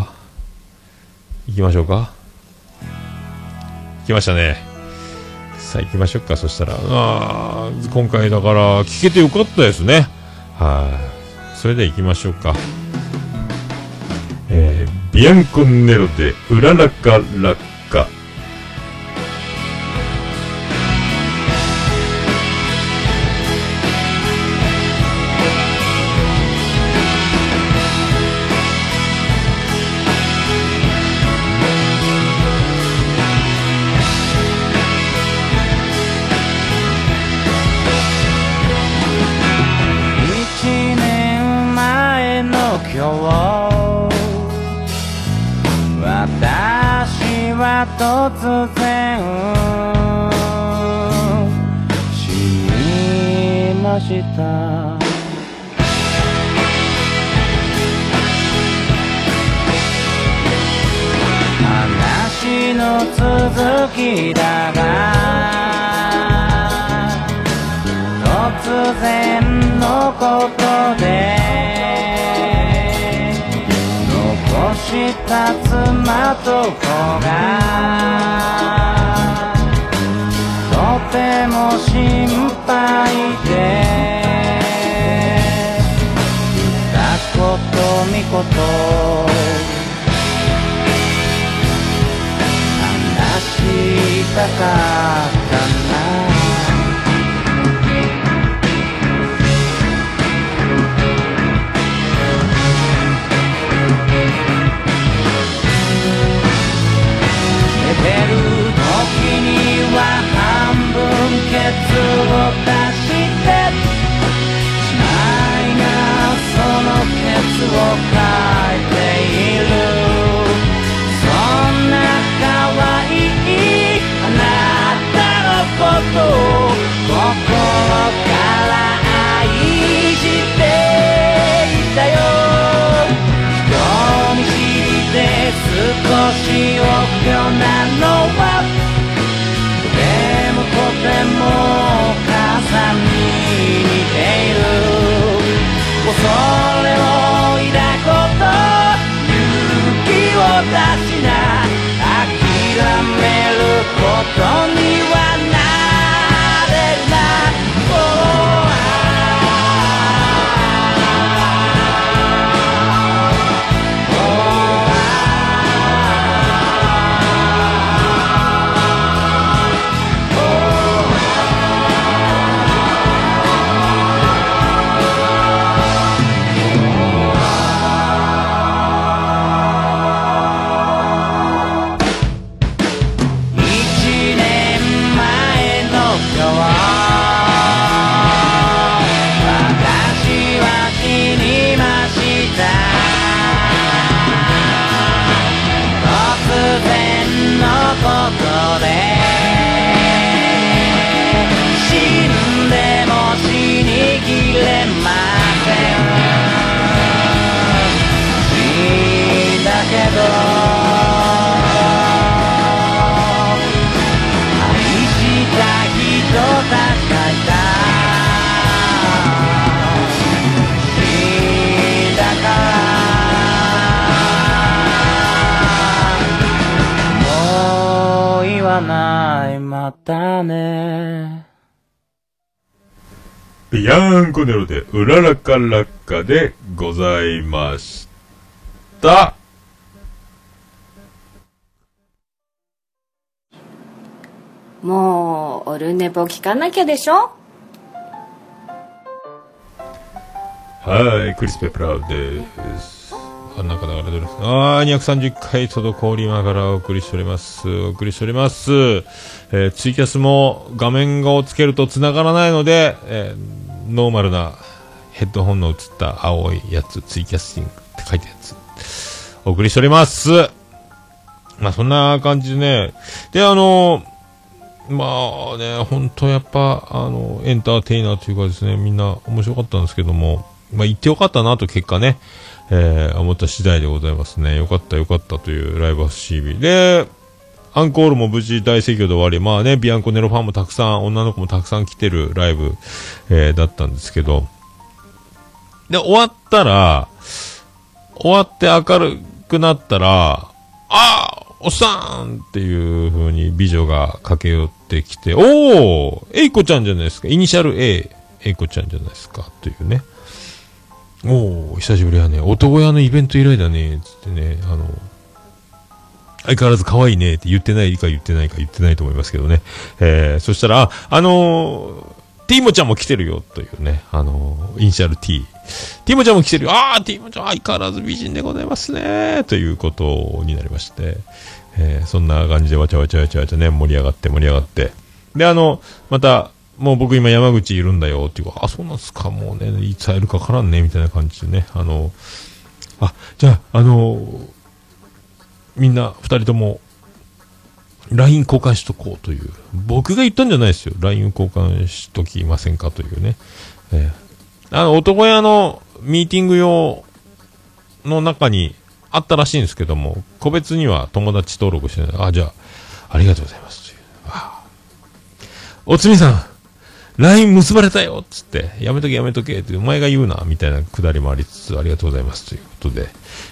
きましょうか。来ましたね。さあ行きましょうか。そしたら、今回だから聴けてよかったですね。それでは行きましょうか。 ビアンコネロでウララカラッカ。 突然死にました。話の続きだが突然のことで残した妻と子がとても心配で二言三言話したかったな。寝てる時には半分ケツを出してしまいがそのケツをかいている。そんな可愛いあなたのことを心から愛していたよ。人見知りで少し臆病なのはとてもお母さんに似ている。恐れを抱くこと勇気を出しな諦めることにはなれるな。またね。 ビアンコネロでウララカラッカでございました。 もうオルネポ聞かなきゃでしょ。 はい、クリス・ペプラウです。なんか流れてる。230回滞りながらお送りしております。ツイキャスも画面をつけると繋がらないので、ノーマルなヘッドホンの映った青いやつ、ツイキャスティングって書いたやつ、お送りしております。まあそんな感じでね。で、まあね、本当やっぱ、エンターテイナーというかですね、みんな面白かったんですけども、まあ言ってよかったなと結果ね、思った次第でございますね。よかったというライブハウス CB で、アンコールも無事大盛況で終わり、まあね、ビアンコネロファンもたくさん、女の子もたくさん来てるライブ、だったんですけど、で、終わって明るくなったら、おっさんっていう風に美女が駆け寄ってきて、おー、エイコちゃんじゃないですか。イニシャル A、エイコちゃんじゃないですか。というね。 おー、久しぶりやね。男屋のイベント以来だね、つってね、相変わらず可愛いねって言ってないか言ってないか言ってないと思いますけどね。そしたら、ティーモちゃんも来てるよというね、イニシャル T。ティーモちゃんも来てるよ。ティーモちゃん相変わらず美人でございますね。ということになりまして、そんな感じでわちゃわちゃわちゃわちゃね、盛り上がって。で、また、もう僕今山口いるんだよっていうか、そうなんすか、もうね、いつ会えるかわからんね、みたいな感じでね、じゃあ、みんな二人とも、LINE 交換しとこうという。僕が言ったんじゃないですよ。LINE 交換しときませんかというね。男屋のミーティング用の中にあったらしいんですけども、個別には友達登録してない。じゃあ、ありがとうございますという。おつみさん、LINE 結ばれたよっつって、やめとけって、お前が言うな、みたいなくだりもありつつ、ありがとうございますということで、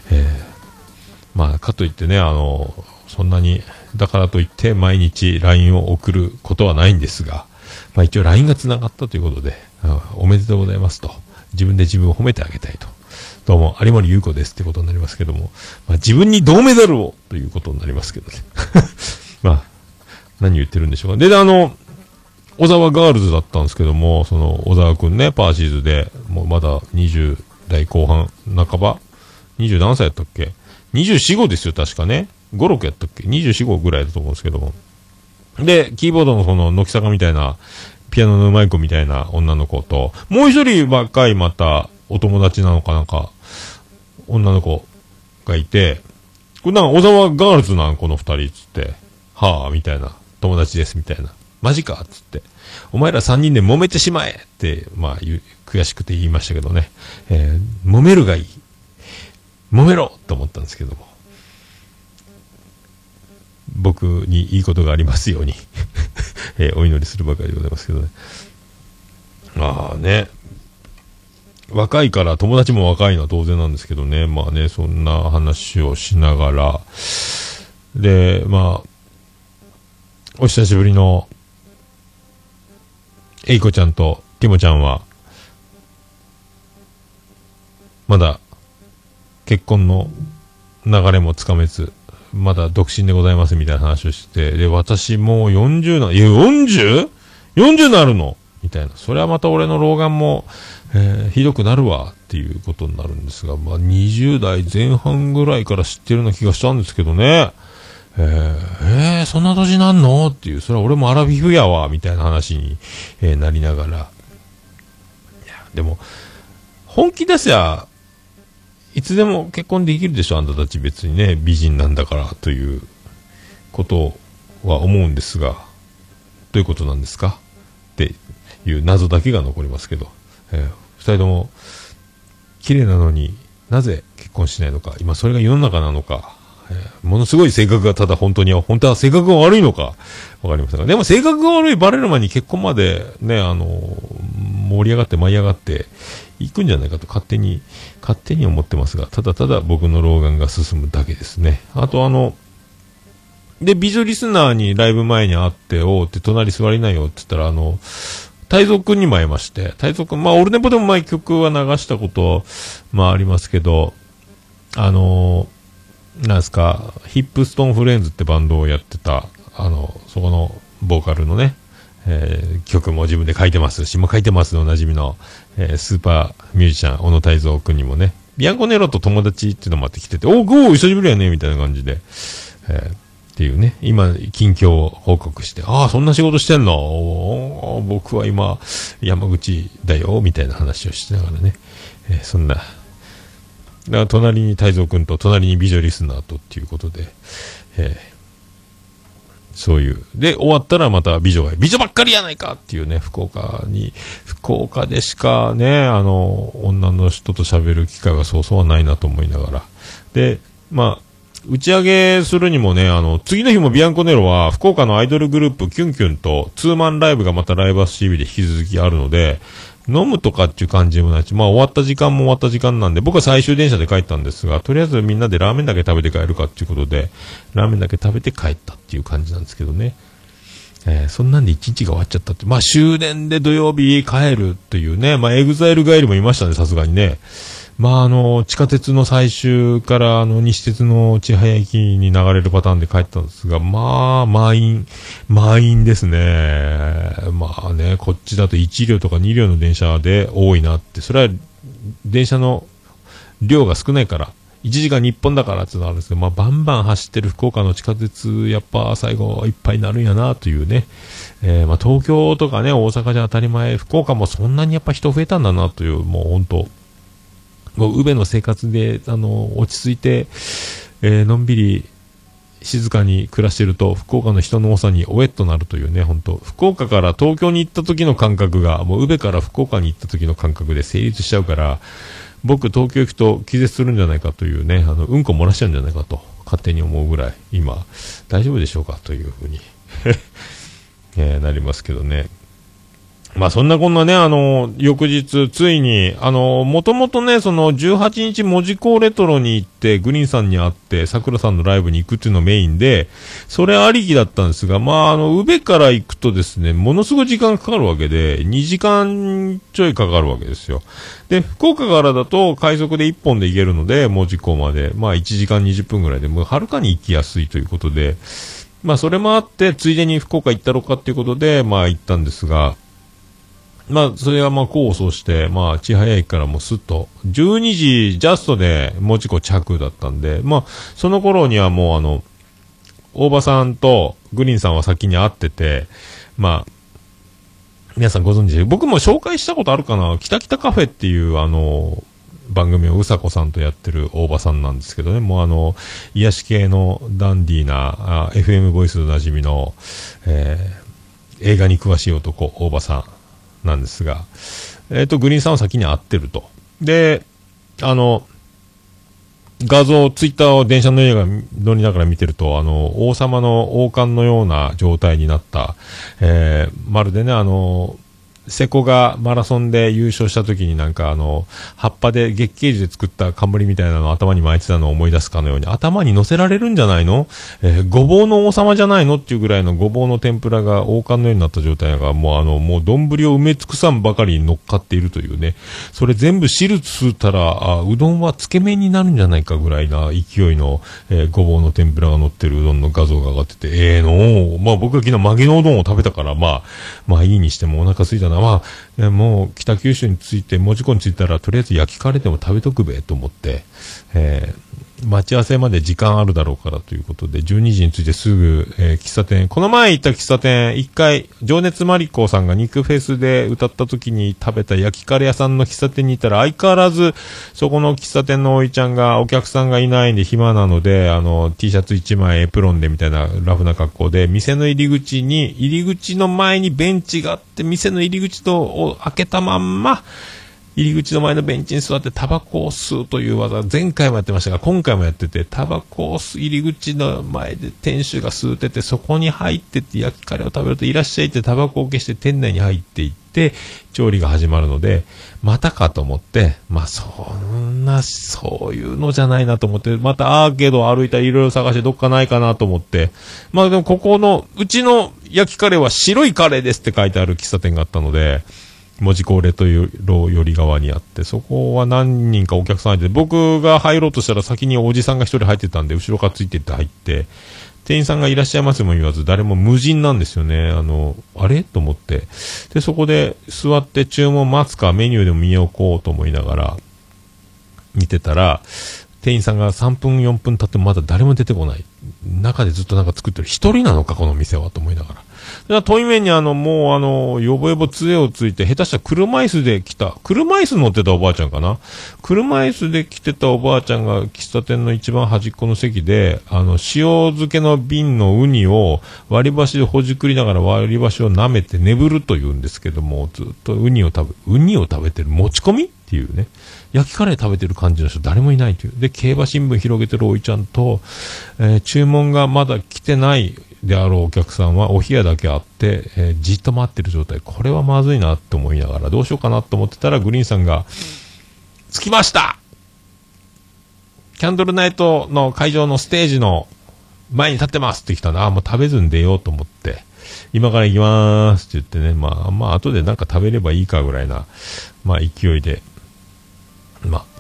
かといってね、そんなに、だからといって毎日 LINE を送ることはないんですが、一応 LINE が繋がったということで、おめでとうございますと、自分で自分を褒めてあげたいと。どうも、有森優子ですってことになりますけども、自分に銅メダルをということになりますけどね。何言ってるんでしょうか。で、小沢ガールズだったんですけども、その小沢くんね、パーシーズで、もうまだ20代後半、半ば ?20 何歳やったっけ ?24、5ですよ、確かね。5、6やったっけ ?24、5ぐらいだと思うんですけども。で、キーボードのその、乃木坂みたいな、ピアノの上手い子みたいな女の子と、もう一人若いまた、お友達なのかなんか、女の子がいて、これなんか小沢ガールズなんこの二人つって、みたいな、友達ですみたいな。マジかっつって、お前ら3人で揉めてしまえって、悔しくて言いましたけどね、揉めるがいい。揉めろと思ったんですけども。僕にいいことがありますように、お祈りするばかりでございますけどね。ね。若いから友達も若いのは当然なんですけどね。そんな話をしながら、で、お久しぶりのエイコちゃんとティモちゃんは、まだ結婚の流れもつかめず、まだ独身でございますみたいな話をして、で、私もう40な、40?40 なるのみたいな。それはまた俺の老眼も、ひどくなるわっていうことになるんですが、20代前半ぐらいから知ってるような気がしたんですけどね。そんな年なんのっていう、それは俺もアラフィフやわみたいな話に、なりながら、でも本気出せやいつでも結婚できるでしょ、あんたたち別にね、美人なんだからということは思うんですが、どういうことなんですかっていう謎だけが残りますけど、2人とも綺麗なのになぜ結婚しないのか、今それが世の中なのか、ものすごい性格がただ本当は性格が悪いのかわかりませんが、でも性格が悪いバレる前に結婚までね、盛り上がって舞い上がっていくんじゃないかと勝手に思ってますが、ただただ僕の老眼が進むだけですね。あとで、美女リスナーにライブ前に会って、って隣座りなよって言ったら、太蔵くんにも会いまして、太蔵くん、オルネポでも前曲は流したこと、ありますけど、なんですか、ヒップストーンフレンズってバンドをやってた、そこのボーカルのね、曲も自分で書いてますし、も書いてますのおなじみの、スーパーミュージシャン、小野泰造くんにもね、ビアンコネロと友達っていうのもあって来てて、久しぶりやね、みたいな感じで、っていうね、今、近況を報告して、そんな仕事してんの？僕は今、山口だよ、みたいな話をしながらね、そんな、だから隣に泰造くんと隣に美女リスナーとっていうことで、そういうで終わったらまた美女ばっかりやないかっていうね、福岡でしかね、女の人と喋る機会はそうそうはないなと思いながら、で打ち上げするにもね、次の日もビアンコネロは福岡のアイドルグループキュンキュンとツーマンライブがまたライブハウス TV で引き続きあるので、飲むとかっていう感じでもないし、終わった時間も終わった時間なんで、僕は最終電車で帰ったんですが、とりあえずみんなでラーメンだけ食べて帰るかっていうことで、ラーメンだけ食べて帰ったっていう感じなんですけどね。 そんなんで一日が終わっちゃったって。まあ終電で土曜日帰るというね、まあエグザイル帰りもいましたね、さすがにね。まあ地下鉄の最終から西鉄の千早駅に流れるパターンで帰ったんですが、まあ満員ですね。まあね、こっちだと1両とか2両の電車で多いなって、それは電車の量が少ないから、1時間に1本だからっていうのがあるんですけど、まあバンバン走ってる福岡の地下鉄、やっぱ最後いっぱいになるんやなというね。まあ東京とかね、大阪じゃ当たり前、福岡もそんなにやっぱ人増えたんだなという、もう本当もう宇部の生活で落ち着いて、のんびり静かに暮らしていると福岡の人の多さにおえっとなるというね、本当福岡から東京に行った時の感覚がもう宇部から福岡に行った時の感覚で成立しちゃうから、僕東京行くと気絶するんじゃないかというね、うんこ漏らしちゃうんじゃないかと勝手に思うぐらい今大丈夫でしょうかというふうに、なりますけどね。まあそんなこんなね、翌日、ついに、もともとね、その18日門司港レトロに行って、グリーンさんに会って、桜さんのライブに行くっていうのがメインで、それありきだったんですが、まあ宇部から行くとですね、ものすごい時間かかるわけで、2時間ちょいかかるわけですよ。で、福岡からだと快速で1本で行けるので、門司港まで、まあ1時間20分ぐらいで、もうはるかに行きやすいということで、まあそれもあって、ついでに福岡行ったろかっていうことで、まあ行ったんですが、まあ、それはまあ、功を奏して、まあ、千早駅からもすっと、12時ジャストで、門司港着だったんで、まあ、その頃にはもう大場さんとグリーンさんは先に会ってて、まあ、皆さんご存知で、僕も紹介したことあるかな、キタキタカフェっていう番組をうさこさんとやってる大場さんなんですけどね、もう癒し系のダンディーな、FM ボイスでおなじみの、映画に詳しい男、大場さん。なんですが、グリーンさんは先に会ってると。で、画像、ツイッターを電車の映画乗りながら見てると、王様の王冠のような状態になった、まるでね、瀬古がマラソンで優勝した時になんか葉っぱで月桂樹で作った冠みたいなのを頭に巻いてたのを思い出すかのように、頭に乗せられるんじゃないの、ごぼうの王様じゃないのっていうぐらいのごぼうの天ぷらが王冠のようになった状態が、もうもう丼を埋め尽くさんばかりに乗っかっているというね、それ全部汁吸ったら、うどんはつけ麺になるんじゃないかぐらいな勢いの、ごぼうの天ぷらが乗ってるうどんの画像が上がってて、まあ僕は昨日曲げのうどんを食べたから、まあいいにしてもお腹空いたな。まあ、もう北九州に着いて門司港に着いたらとりあえず焼きカレーでも食べとくべと思って、待ち合わせまで時間あるだろうからということで12時に着いてすぐ、喫茶店、この前行った喫茶店一回情熱マリコさんが肉フェスで歌った時に食べた焼きカレー屋さんの喫茶店に行ったら、相変わらずそこの喫茶店のおいちゃんがお客さんがいないんで暇なので、T シャツ1枚エプロンでみたいなラフな格好で、店の入り口の前にベンチがあって、店の入り口を開けたまんま入り口の前のベンチに座ってタバコを吸うという技、前回もやってましたが今回もやってて、タバコを入り口の前で店主が吸ってて、そこに入ってって焼きカレーを食べるといらっしゃいってタバコを消して店内に入っていって調理が始まるので、またかと思って、まあそういうのじゃないなと思って、またアーケードを歩いたりいろいろ探してどっかないかなと思って、まあでもここのうちの焼きカレーは白いカレーですって書いてある喫茶店があったので、門司港レトロ寄り側にあって、そこは何人かお客さん入ってて、僕が入ろうとしたら先におじさんが一人入ってたんで、後ろからついてって入って、店員さんがいらっしゃいますも言わず、誰も無人なんですよね。あれと思って。で、そこで座って注文待つかメニューでも見ようこうと思いながら見てたら、店員さんが3分4分経ってもまだ誰も出てこない。中でずっとなんか作ってる。一人なのかこの店はと思いながら。遠い面にもうよぼよぼ杖をついて、下手したら車椅子で来た、車椅子乗ってたおばあちゃんかな、車椅子で来てたおばあちゃんが喫茶店の一番端っこの席で、塩漬けの瓶のウニを割り箸でほじくりながら割り箸を舐めて眠るというんですけども、ずっとウニを食べてる、持ち込みっていうね、焼きカレー食べてる感じの人誰もいないという。で、競馬新聞広げてるおいちゃんと、注文がまだ来てないであろうお客さんはお冷やだけあって、じっと待ってる状態。これはまずいなって思いながらどうしようかなと思ってたら、グリーンさんが着きました、キャンドルナイトの会場のステージの前に立ってますって来たな。もう食べずに出ようと思って、 今から行きまーすって言ってね、まあ、後でなんか食べればいいかぐらいな、まあ、勢いで、まあ、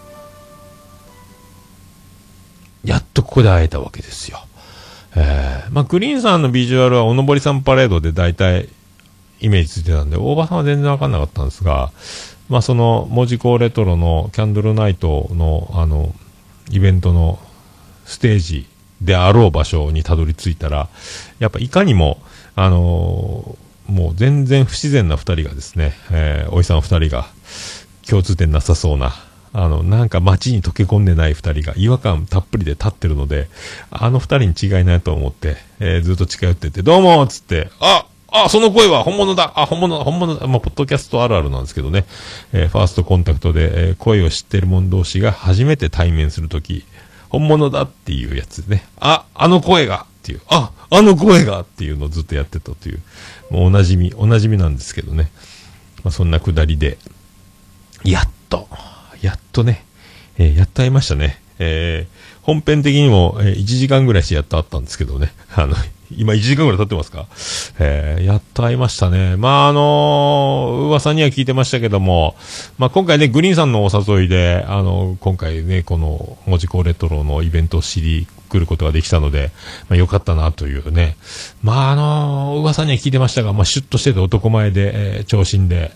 やっとここで会えたわけですよ。まあ、グリーンさんのビジュアルはおのぼりさんパレードで大体イメージついてたんで、大場さんは全然わかんなかったんですが、まあ、その、門司港レトロのキャンドルナイトの、イベントのステージであろう場所にたどり着いたら、やっぱいかにも、もう全然不自然な二人がですね、おじさん二人が共通点なさそうな、なんか街に溶け込んでない二人が違和感たっぷりで立ってるので、二人に違いないと思って、ずっと近寄ってって、どうもーっつって、その声は本物だ本物だまあ、ポッドキャストあるあるなんですけどね、ファーストコンタクトで、声を知ってる者同士が初めて対面するとき、本物だっていうやつでね、あの声がっていう、あの声がっていうのをずっとやってたという、もうおなじみなんですけどね、まあ、そんなくだりで、やっとね、やっと会いましたね。本編的にも、1時間ぐらいしてやっと会ったんですけどね。今1時間ぐらい経ってますか？やっと会いましたね。まあ、噂には聞いてましたけども、まあ、今回ね、グリーンさんのお誘いで、今回ね、この、門司港レトロのイベントを知り来ることができたので、まあ、よかったなというね。まあ、噂には聞いてましたが、まあ、シュッとしてて男前で、長身で、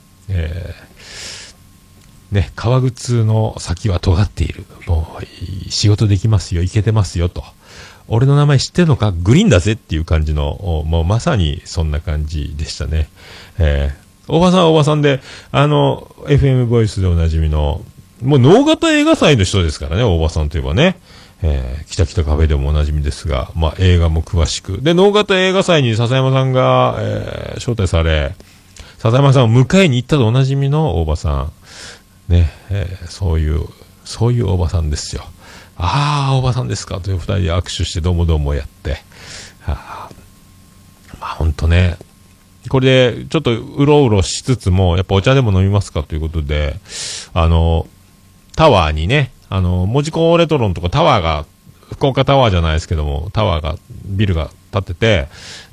ね、革靴の先は尖っている。もう、仕事できますよ、いけてますよ、と。俺の名前知ってるのか？グリーンだぜっていう感じの、もうまさにそんな感じでしたね。おばさんはおばさんで、FM ボイスでおなじみの、もう能形映画祭の人ですからね、おばさんといえばね。北北カフェでもおなじみですが、まあ映画も詳しく。で、能形映画祭に笹山さんが、招待され、笹山さんを迎えに行ったとおなじみのおばさん。ね、そういうおばさんですよ。おばさんですかという二人で握手してどうもどうもやって。まあほんとね、これでちょっとうろうろしつつも、やっぱお茶でも飲みますかということで、タワーにね、門司港レトロのとこタワーが、福岡タワーじゃないですけども、ビルが建ってて、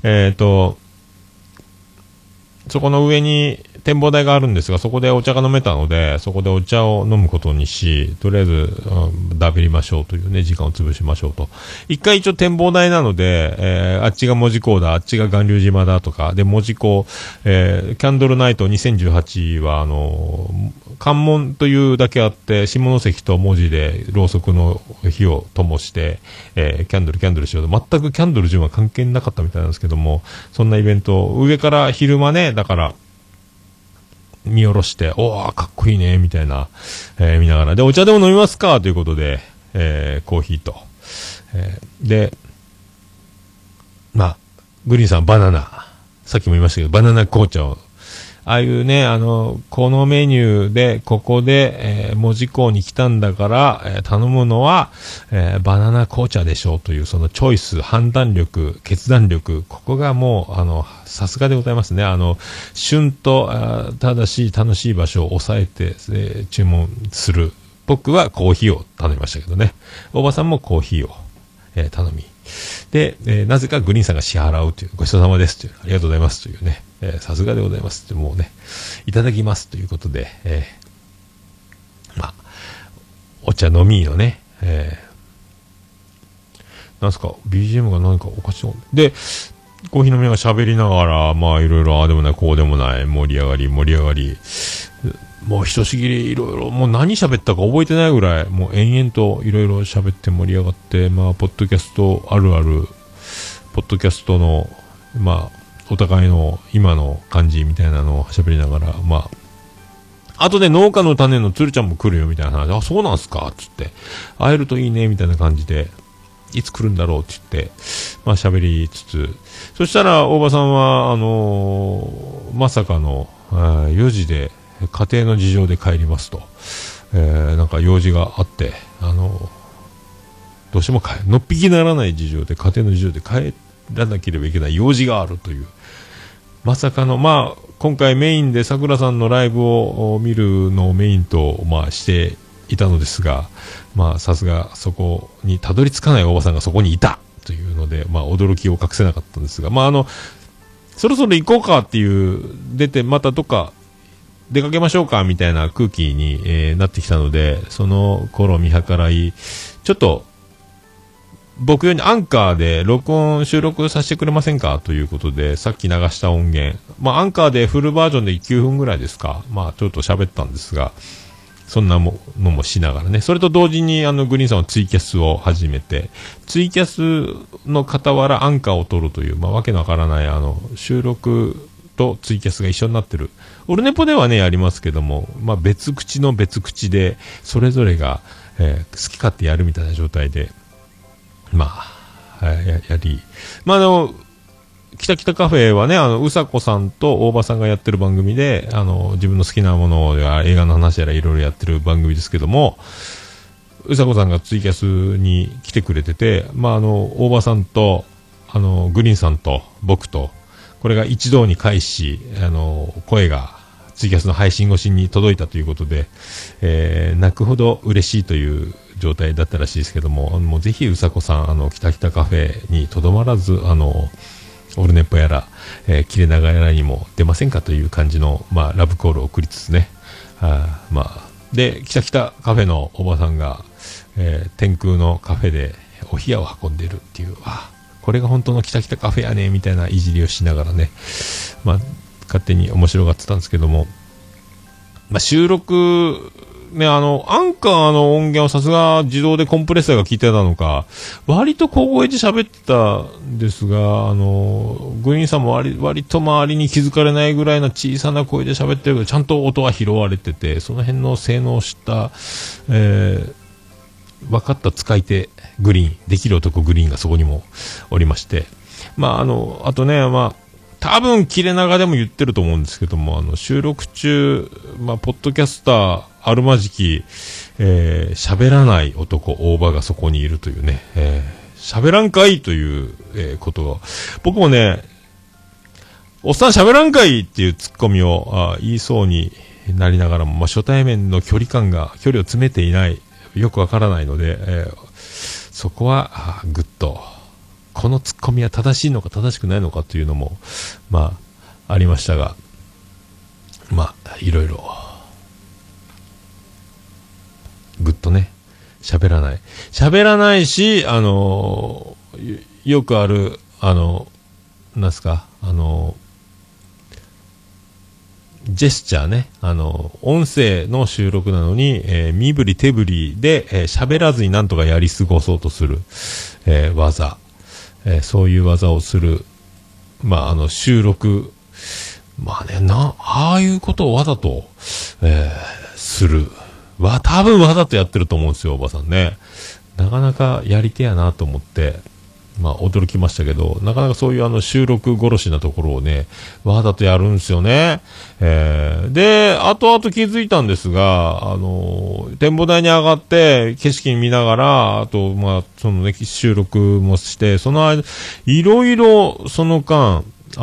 そこの上に展望台があるんですが、そこでお茶が飲めたので、そこでお茶を飲むことにし、とりあえず、だべりましょうというね、時間を潰しましょうと。一回一応展望台なので、あっちが門司港だ、あっちが巌流島だとか、で、門司港、キャンドルナイト2018は、関門というだけあって、下関と文字でろうそくの火を灯して、キャンドルしようと。全くキャンドル順は関係なかったみたいなんですけども、そんなイベント、上から昼間ね、だから、見下ろして、かっこいいね、みたいな、見ながら。で、お茶でも飲みますかということで、コーヒーと。で、まあ、グリーンさんバナナ。さっきも言いましたけど、バナナ紅茶を。ああいうね、このメニューで、ここで、門司港に来たんだから、頼むのは、バナナ紅茶でしょうという、そのチョイス、判断力、決断力、ここがもう、さすがでございますね。旬と、正しい、楽しい場所を抑えて、注文する。僕はコーヒーを頼みましたけどね。おばさんもコーヒーを、頼み。で、なぜかグリーンさんが支払うという、ごちそうさまですという、ありがとうございますというね、さすがでございますって、もうね、いただきますということで、まあ、お茶飲みのね、なんすか、BGM が何かおかしい。で、コーヒー飲みながら喋りながら、まあ、いろいろ、ああでもない、こうでもない、盛り上がり、もうひとしきりいろいろ、もう何喋ったか覚えてないぐらい、もう延々といろいろ喋って盛り上がって、まあ、ポッドキャストあるある、ポッドキャストの、まあ、お互いの今の感じみたいなのを喋りながら、まあ、あとで農家の種のつるちゃんも来るよみたいな話、そうなんすかつって、会えるといいねみたいな感じで、いつ来るんだろうって言って、まあ喋りつつ、そしたら大場さんは、まさかの、4時で、家庭の事情で帰りますと、なんか用事があって、どうしてものっぴきならない事情で、家庭の事情で帰らなければいけない用事があるという、まさかの、まあ、今回メインで桜さんのライブを見るのをメインと、まあ、していたのですが、まあ、さすがそこにたどり着かないおばさんがそこにいたというので、まあ、驚きを隠せなかったんですが、まあ、 そろそろ行こうかっていう、出てまたどっか出かけましょうかみたいな空気に、なってきたので、その頃見計らい、ちょっと、僕用にアンカーで収録させてくれませんかということで、さっき流した音源。まあ、アンカーでフルバージョンで9分ぐらいですか。まあ、ちょっと喋ったんですが、そんなのもしながらね。それと同時に、グリーンさんはツイキャスを始めて、ツイキャスの傍らアンカーを撮るという、まあ、わけのわからない、収録とツイキャスが一緒になってる。オルネポではね、やりますけども、まあ、別口の別口で、それぞれが、好き勝手やるみたいな状態で、まあ、やり。まあ、キタキタカフェはね、うさこさんと大場さんがやってる番組で、自分の好きなものや映画の話やらいろいろやってる番組ですけども、うさこさんがツイキャスに来てくれてて、まあ、大場さんと、グリーンさんと僕と、これが一堂に会し、声がツイキャスの配信越しに届いたということで、泣くほど嬉しいという状態だったらしいですけども、もうぜひうさこさん、キタキタカフェにとどまらず、オルネポやら、切れ長やらにも出ませんかという感じの、まあ、ラブコールを送りつつね。まあ、で、キタキタカフェのおばさんが、天空のカフェでお冷やを運んでるっていう、これが本当のキタキタカフェやね、みたいないじりをしながらね、まあ、勝手に面白がってたんですけども、まあ、収録、ね、アンカーの音源をさすが自動でコンプレッサーが効いてたのか、割と小声で喋ってたんですが、グリーンさんも割と周りに気づかれないぐらいの小さな声で喋ってるけど、ちゃんと音は拾われてて、その辺の性能を知った、分かった使い手グリーン、できる男グリーンがそこにもおりまして、まあ、あとね、まあ、多分切れ長でも言ってると思うんですけども、収録中、まあ、ポッドキャスターあるまじき、喋らない男大場がそこにいるというね、喋らんかいという、ことを、僕もね、おっさん喋らんかいっていうツッコミを言いそうになりながらも、まあ、初対面の距離を詰めていない、よくわからないので、そこはぐっとこのツッコミは正しいのか正しくないのかというのもまあありましたが、まあいろいろぐっとね喋らないし、よくあるなんすかジェスチャーね、音声の収録なのに、身振り手振りで喋らずになんとかやり過ごそうとする、技、そういう技をする、まあ、収録、まあね、ああいうことをわざと、する。多分わざとやってると思うんですよ、おばさんね。なかなかやり手やなと思って、まあ、驚きましたけど、なかなかそういう収録殺しなところをね、わざとやるんですよね。で、後々気づいたんですが、展望台に上がって景色見ながら、あと、まあ、そのね、収録もして、その間、いろいろその間、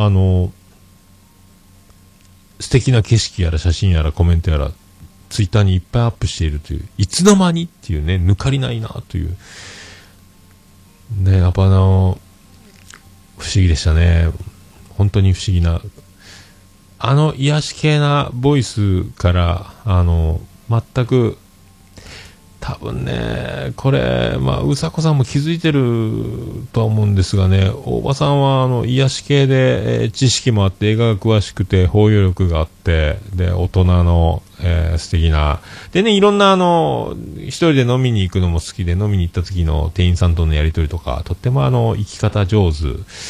素敵な景色やら写真やらコメントやら、ツイッターにいっぱいアップしているという、いつの間にっていうね、抜かりないなという、ね、やっぱ不思議でしたね。本当に不思議な。癒し系なボイスから、全く、多分ね、これ、まあ、うさこさんも気づいてるとは思うんですがね、大場さんは癒し系で、知識もあって、映画が詳しくて、包容力があって、で、大人の、素敵な。でね、いろんな一人で飲みに行くのも好きで、飲みに行った時の店員さんとのやりとりとか、とっても生き方上手、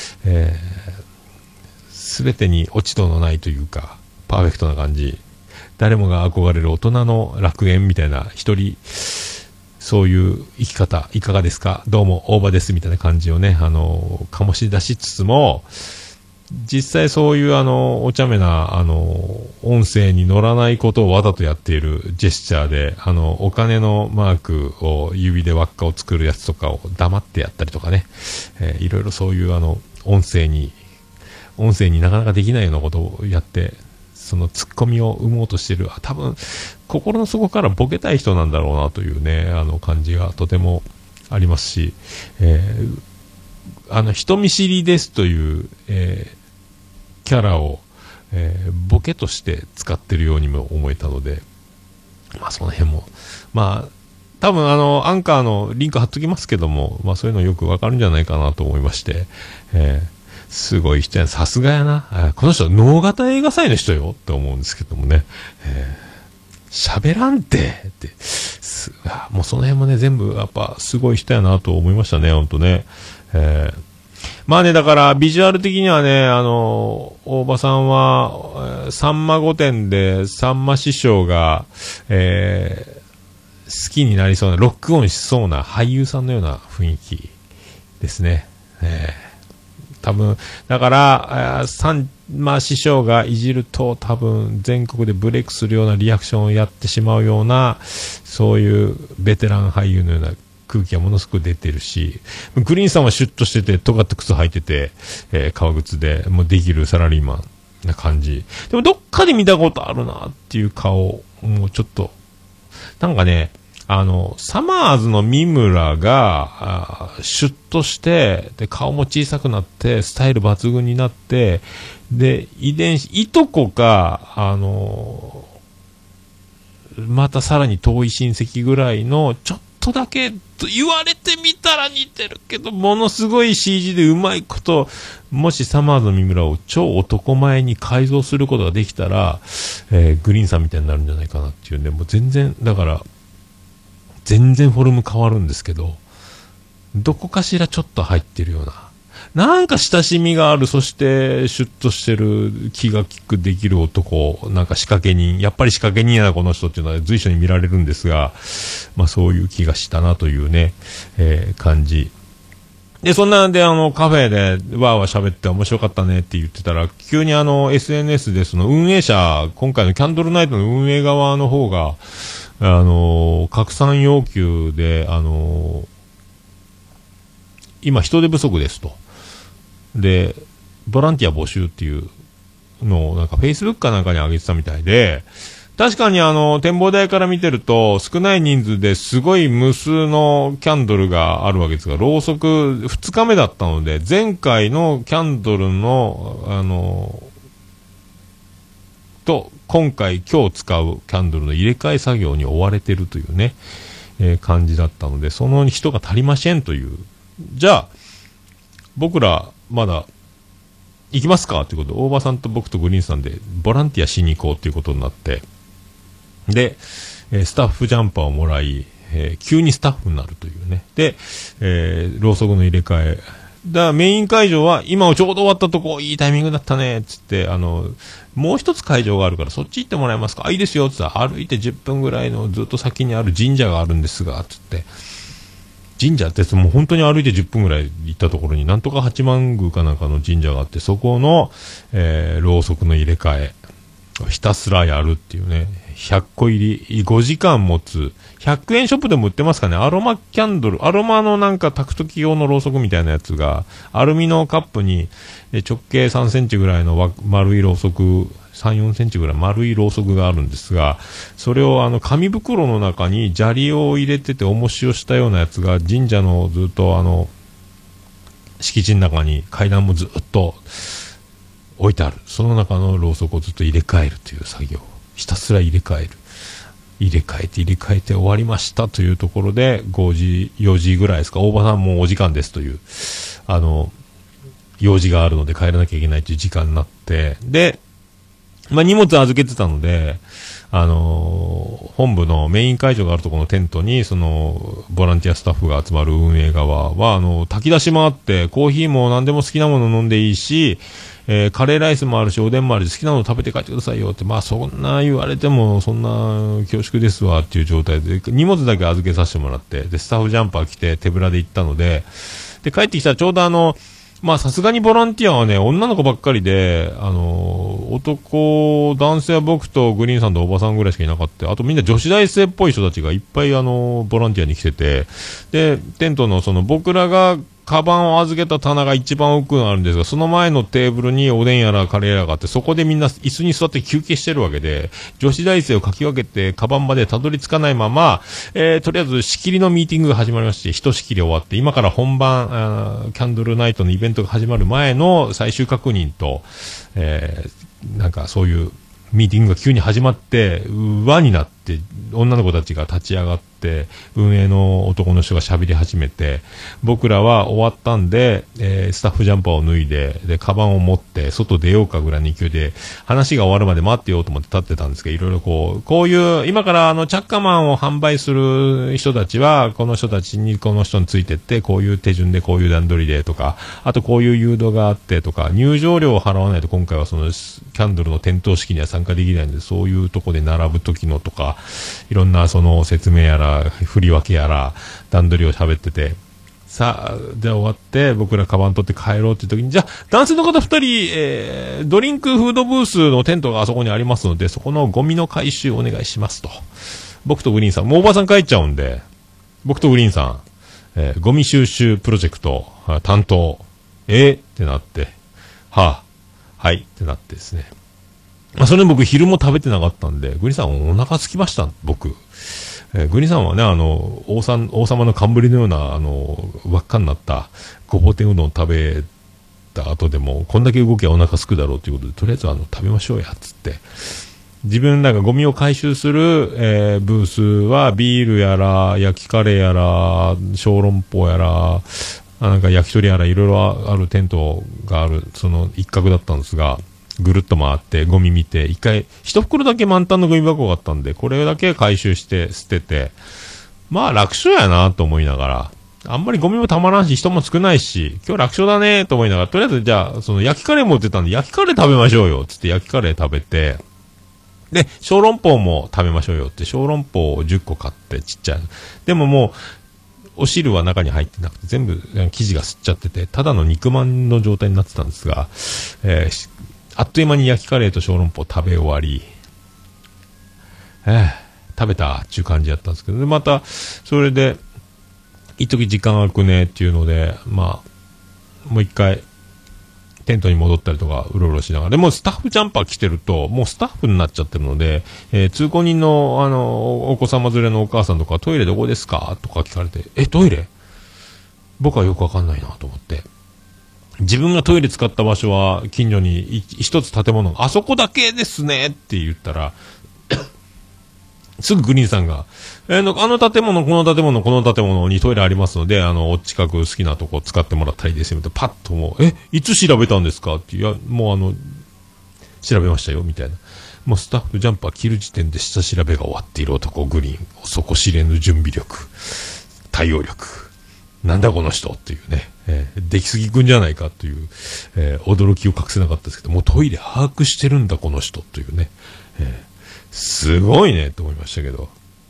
すべてに落ち度のないというか、パーフェクトな感じ。誰もが憧れる大人の楽園みたいな一人、そういう生き方いかがですか、どうも大場ですみたいな感じをね、醸し出しつつも、実際そういうお茶目な音声に乗らないことをわざとやっているジェスチャーで、お金のマークを指で輪っかを作るやつとかを黙ってやったりとかね、いろいろそういう音声になかなかできないようなことをやって、そのツッコミを生もうとしている、多分心の底からボケたい人なんだろうなというね、感じがとてもありますし、人見知りですという、 キャラを、ボケとして使ってるようにも思えたので、まあその辺も、まあ、多分アンカーのリンク貼っときますけども、まあそういうのよくわかるんじゃないかなと思いまして、すごい人や、さすがやな。この人、能型映画祭の人よって思うんですけどもね。喋らんてって、もうその辺もね、全部やっぱすごい人やなと思いましたね、ほんとね。まあね、だからビジュアル的にはね、大場さんは、さんま御殿でさんま師匠が、好きになりそうな、ロックオンしそうな俳優さんのような雰囲気ですね。多分、だから、まあ師匠がいじると多分全国でブレイクするようなリアクションをやってしまうような、そういうベテラン俳優のような空気がものすごく出てるし、グリーンさんはシュッとしてて、尖った靴履いてて、革靴でもうできるサラリーマンな感じ。でもどっかで見たことあるなっていう顔、もうちょっと、なんかね、サマーズの三村が、シュッとして、で、顔も小さくなって、スタイル抜群になって、で、いとこか、またさらに遠い親戚ぐらいの、ちょっとだけ、言われてみたら似てるけど、ものすごい CG でうまいこと、もしサマーズの三村を超男前に改造することができたら、グリーンさんみたいになるんじゃないかなっていうんで、もう全然、だから、全然フォルム変わるんですけど、どこかしらちょっと入ってるような、なんか親しみがある、そしてシュッとしてる、気が利くできる男、なんか仕掛け人、やっぱり仕掛け人やなこの人っていうのは随所に見られるんですが、まあそういう気がしたなというね、感じ。で、そんなんでカフェでわーわー喋って面白かったねって言ってたら、急にSNS でその運営者、今回のキャンドルナイトの運営側の方が、拡散要求で、今人手不足ですと。で、ボランティア募集っていうのをなんか Facebook かなんかに上げてたみたいで、確かに展望台から見てると少ない人数ですごい無数のキャンドルがあるわけですが、ろうそく2日目だったので、前回のキャンドルのと今日使うキャンドルの入れ替え作業に追われてるというね、感じだったので、その人が足りませんという。じゃあ僕らまだ行きますかということで、大場さんと僕とグリーンさんでボランティアしに行こうということになって、で、スタッフジャンパーをもらい、急にスタッフになるというね。で、ろうそくの入れ替え。メイン会場は今ちょうど終わったとこ、いいタイミングだったね、つって、もう一つ会場があるからそっち行ってもらえますか。いいですよ、つって歩いて10分ぐらいのずっと先にある神社があるんですが、つって。神社ってもう本当に歩いて10分ぐらい行ったところになんとか八幡宮かなんかの神社があって、そこの、ろうそくの入れ替えひたすらやるっていうね。100個入り5時間持つ100円ショップでも売ってますかね。アロマキャンドル、アロマのなんか炊く時用のろうそくみたいなやつがアルミのカップに直径3センチぐらいの丸いろうそく3、4センチぐらい丸いろうそくがあるんですが、それを紙袋の中に砂利を入れてて重しをしたようなやつが神社のずっと敷地の中に階段もずっと置いてある。その中のろうそくをずっと入れ替えるという作業、ひたすら入れ替える、入れ替えて終わりましたというところで5時4時ぐらいですか、大場さんもうお時間ですという用事があるので帰らなきゃいけないという時間になって、で荷物預けてたので本部のメイン会場があるところのテントにそのボランティアスタッフが集まる運営側は炊き出しもあって、コーヒーも何でも好きなもの飲んでいいし、カレーライスもあるしおでんもあるし好きなの食べて帰ってくださいよって、まあそんな言われてもそんな恐縮ですわっていう状態で荷物だけ預けさせてもらって、でスタッフジャンパー着て手ぶらで行ったので、で帰ってきたらちょうどまあさすがにボランティアはね女の子ばっかりで男性は僕とグリーンさんとおばさんぐらいしかいなかった。あとみんな女子大生っぽい人たちがいっぱいボランティアに来てて、でテントのその僕らがカバンを預けた棚が一番奥にあるんですが、その前のテーブルにおでんやらカレーやらがあって、そこでみんな椅子に座って休憩してるわけで、女子大生をかき分けてカバンまでたどり着かないまま、とりあえず仕切りのミーティングが始まりまして、ひと仕切り終わって、今から本番、キャンドルナイトのイベントが始まる前の最終確認と、なんかそういうミーティングが急に始まって、輪になって、女の子たちが立ち上がって、運営の男の人が喋り始めて、僕らは終わったんで、スタッフジャンパーを脱いで、カバンを持って、外出ようかぐらいの勢いで、話が終わるまで待ってようと思って立ってたんですけど、いろいろこういう、今からチャッカマンを販売する人たちは、この人たちにこの人についてって、こういう手順で、こういう段取りでとか、あとこういう誘導があってとか、入場料を払わないと今回はその、キャンドルの点灯式には参加できないので、そういうとこで並ぶ時のとか、いろんなその説明やら、振り分けやら、段取りを喋ってて、さあ、で終わって、僕らカバン取って帰ろうっていう時に、じゃあ、男性の方2人、ドリンクフードブースのテントがあそこにありますので、そこのゴミの回収お願いしますと。僕とグリーンさん、もうおばさん帰っちゃうんで、僕とグリーンさん、ゴミ収集プロジェクト、担当、ってなって、はいってなってですね。それで僕昼も食べてなかったんで、グリーンさんお腹空きました、僕。グリーンさんはね、王様の冠のような、輪っかになったごぼ天うどんを食べた後でも、こんだけ動きはお腹空くだろうということで、とりあえず食べましょうや、つって。自分なんかゴミを回収する、ブースはビールやら、焼きカレーやら、小籠包やら、なんか焼き鳥やらいろいろあるテントがある、その一角だったんですが、ぐるっと回ってゴミ見て、一袋だけ満タンのゴミ箱があったんで、これだけ回収して捨てて、まあ楽勝やなと思いながら、あんまりゴミもたまらんし、人も少ないし、今日楽勝だねと思いながら、とりあえずじゃあ、その焼きカレー持ってたんで、焼きカレー食べましょうよ、つって焼きカレー食べて、で、小籠包も食べましょうよって、小籠包を10個買って、ちっちゃい。でももう、お汁は中に入ってなくて、全部生地が吸っちゃってて、ただの肉まんの状態になってたんですが、あっという間に焼きカレーと小籠包食べ終わり、食べたっていう感じだったんですけど、で、また、それで、一時時間空くねっていうので、まあ、もう一回、テントに戻ったりとか、うろうろしながら、でもスタッフジャンパー着てると、もうスタッフになっちゃってるので、通行人の、お子様連れのお母さんとか、トイレどこですかとか聞かれて、トイレ僕はよくわかんないなと思って。自分がトイレ使った場所は近所に一つ建物があそこだけですねって言ったらすぐグリーンさんが、あの建物この建物この建物にトイレありますのでお近く好きなとこ使ってもらったらいいですよみたいな、パッともういつ調べたんですかって、いやもう調べましたよみたいな、もうスタッフジャンパー着る時点で下調べが終わっている男グリーン、底知れぬ準備力対応力、なんだこの人っていうね、出来すぎくんじゃないかという、驚きを隠せなかったですけど、もうトイレ把握してるんだこの人というね、すごいねと思いましたけど、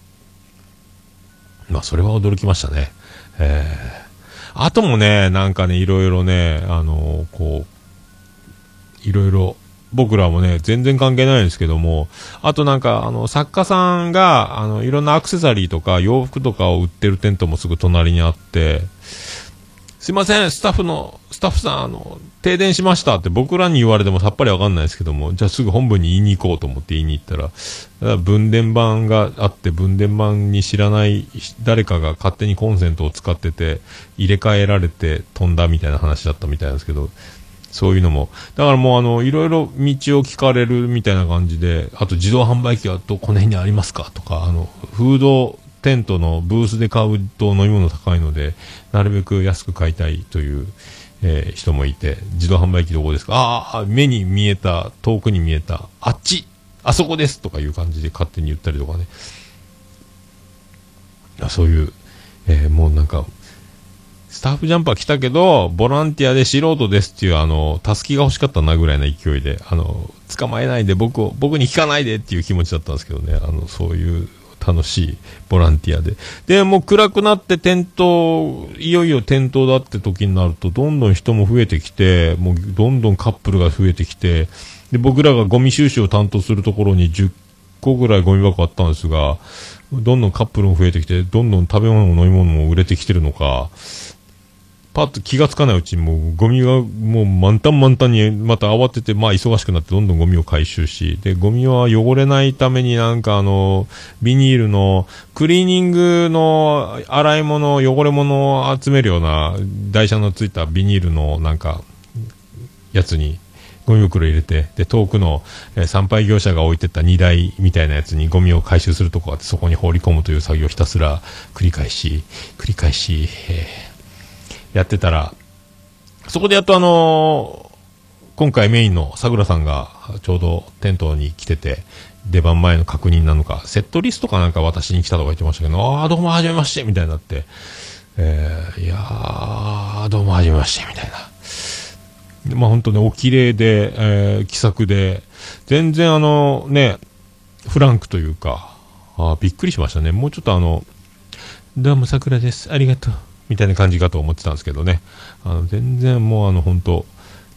まあそれは驚きましたね。あともね、なんかね、いろいろね、こういろいろ僕らもね全然関係ないんですけども、あとなんか作家さんがいろんなアクセサリーとか洋服とかを売ってるテントもすぐ隣にあって、すいませんスタッフさん停電しましたって僕らに言われてもさっぱりわかんないですけども、じゃあすぐ本部に言いに行こうと思って言いに行ったら、分電盤があって分電盤に知らない誰かが勝手にコンセントを使ってて入れ替えられて飛んだみたいな話だったみたいなんですけど、そういうのもだからもういろいろ道を聞かれるみたいな感じで、あと自動販売機はこの辺にありますかとか、フードテントのブースで買うと飲み物高いのでなるべく安く買いたいという、人もいて、自動販売機どこですか、目に見えた遠くに見えたあそこですとかいう感じで勝手に言ったりとかね、そういう、もうなんかスタッフジャンパー来たけどボランティアで素人ですっていうたすきが欲しかったなぐらいな勢いで捕まえないで僕に聞かないでっていう気持ちだったんですけどね、そういう楽しいボランティアでもう暗くなっていよいよ点灯だって時になるとどんどん人も増えてきて、もうどんどんカップルが増えてきて、で僕らがゴミ収集を担当するところに10個ぐらいゴミ箱あったんですが、どんどんカップルも増えてきて、どんどん食べ物も飲み物も売れてきてるのか、 パッと気がつかないうちにもうゴミがもう満タン満タンにまた慌てて、まあ忙しくなってどんどんゴミを回収し、で、ゴミは汚れないためになんかビニールのクリーニングの洗い物、汚れ物を集めるような台車のついたビニールのなんかやつにゴミ袋入れて、で、遠くの参拝業者が置いてった荷台みたいなやつにゴミを回収するとこがあって、そこに放り込むという作業をひたすら繰り返し、やってたら、そこでやっと今回メインの桜さんがちょうどテントに来てて、出番前の確認なのか、セットリストかなんか私に来たとか言ってましたけど、どうもはじめましてみたいになって、いやー、どうもはじめましてみたいな。まあ本当ね、お綺麗で、気さくで、全然フランクというか、びっくりしましたね。もうちょっとどうも桜です。ありがとう。みたいな感じかと思ってたんですけどね。全然もう本当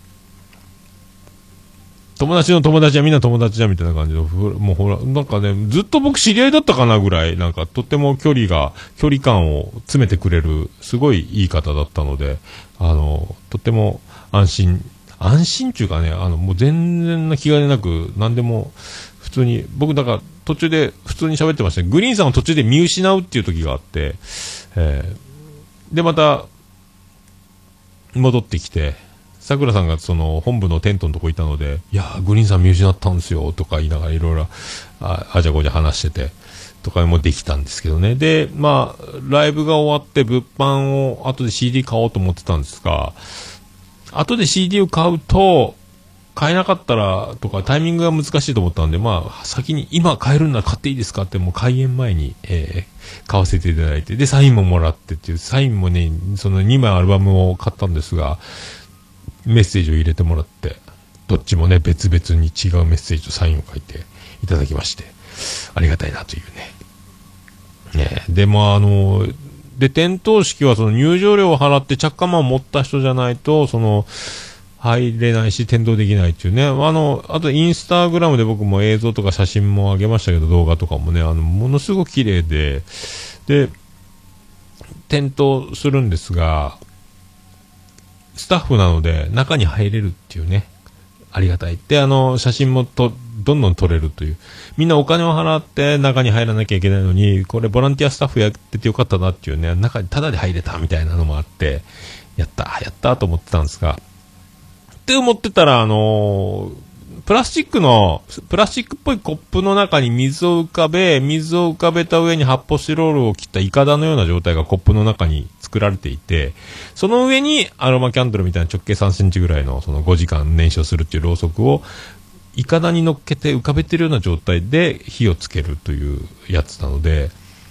友達の友達はみんな友達じゃんみたいな感じで、もうほら、なんかね、ずっと僕知り合いだったかなぐらい、なんかとっても距離感を詰めてくれる、すごいいい方だったので、とっても安心っていうかね、もう全然な気兼ねなく、何でも、普通に、僕だから途中で普通に喋ってましたね。グリーンさんを途中で見失うっていう時があって、で、また、戻ってきて、桜さんがその本部のテントのとこいたので、いやー、グリーンさん見失ったんですよ、とか言いながらいろいろ、あじゃこじゃ話してて、とかもできたんですけどね。で、まあ、ライブが終わって物販を後で CD 買おうと思ってたんですが、後で CD を買うと、買えなかったらとかタイミングが難しいと思ったんで、まあ、先に今買えるんなら買っていいですかってもう開演前に、買わせていただいて、で、サインももらってっていう、サインもね、その2枚アルバムを買ったんですが、メッセージを入れてもらって、どっちもね、別々に違うメッセージとサインを書いていただきまして、ありがたいなというね。で、まあで、点灯式はその入場料を払って着火マンを持った人じゃないと、入れないし、点灯できないっていうね。あとインスタグラムで僕も映像とか写真も上げましたけど、動画とかもね、ものすごく綺麗で、で、点灯するんですが、スタッフなので中に入れるっていうね、ありがたい。で、写真もどんどん撮れるという。みんなお金を払って中に入らなきゃいけないのに、これボランティアスタッフやっててよかったなっていうね、中にタダで入れたみたいなのもあって、やったと思ってたんですが、って思ってたら、プラスチックっぽいコップの中に水を浮かべた上に発泡スチロールを切ったイカダのような状態がコップの中に作られていて、その上にアロマキャンドルみたいな直径3センチぐらいのその5時間燃焼するっていうろうそくをイカダに乗っけて浮かべてるような状態で火をつけるというやつなので、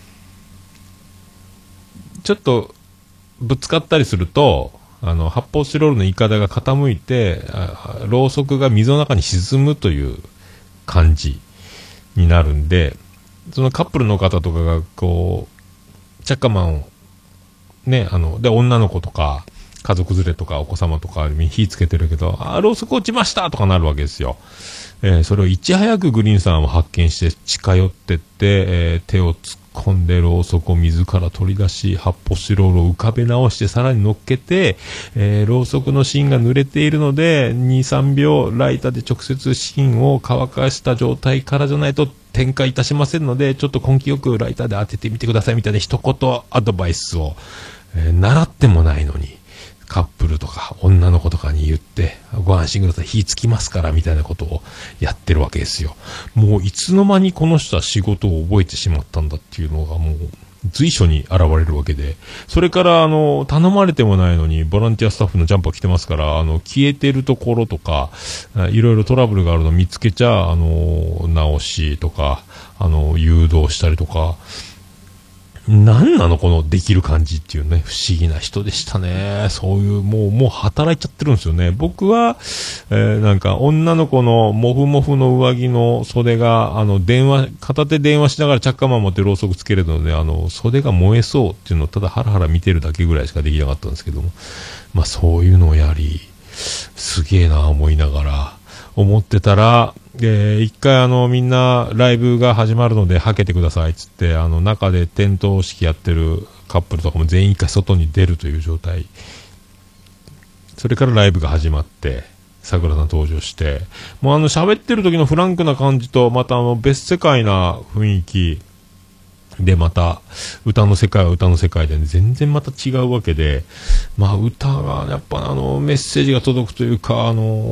ちょっとぶつかったりすると、発泡スチロールのイカダが傾いて、ろうそくが水の中に沈むという感じになるんで、そのカップルの方とかがこうチャッカマンをね、で女の子とか家族連れとかお子様とかに火つけてるけど、ろうそく落ちましたとかなるわけですよ。それをいち早くグリーンさんを発見して近寄ってって、手を突っ込んでろうそくを水から取り出し、発泡スチロールを浮かべ直してさらに乗っけて、ろうそくの芯が濡れているので 2,3 秒ライターで直接芯を乾かした状態からじゃないと点火いたしませんので、ちょっと根気よくライターで当ててみてくださいみたいな一言アドバイスを、習ってもないのにカップルとか女の子とかに言って、ご安心ください、火つきますからみたいなことをやってるわけですよ。もういつの間にこの人は仕事を覚えてしまったんだっていうのがもう随所に現れるわけで、それから頼まれてもないのにボランティアスタッフのジャンパー着てますから、消えてるところとかいろいろトラブルがあるのを見つけちゃ直しとか誘導したりとか、なんなのこのできる感じっていうね、不思議な人でしたね。そういうもう働いちゃってるんですよね。僕は、なんか女の子のモフモフの上着の袖が片手電話しながらチャッカマン持ってろうそくつけるので、袖が燃えそうっていうのをただハラハラ見てるだけぐらいしかできなかったんですけども、まあそういうのをやり、すげえな思いながら思ってたら、一回みんなライブが始まるのではけてくださいっつって、中で点灯式やってるカップルとかも全員一回外に出るという状態それからライブが始まって、桜さん登場して、もう喋ってる時のフランクな感じと、また別世界な雰囲気で、また歌の世界は歌の世界で、ね、全然また違うわけで、まあ歌がやっぱメッセージが届くというか、やっ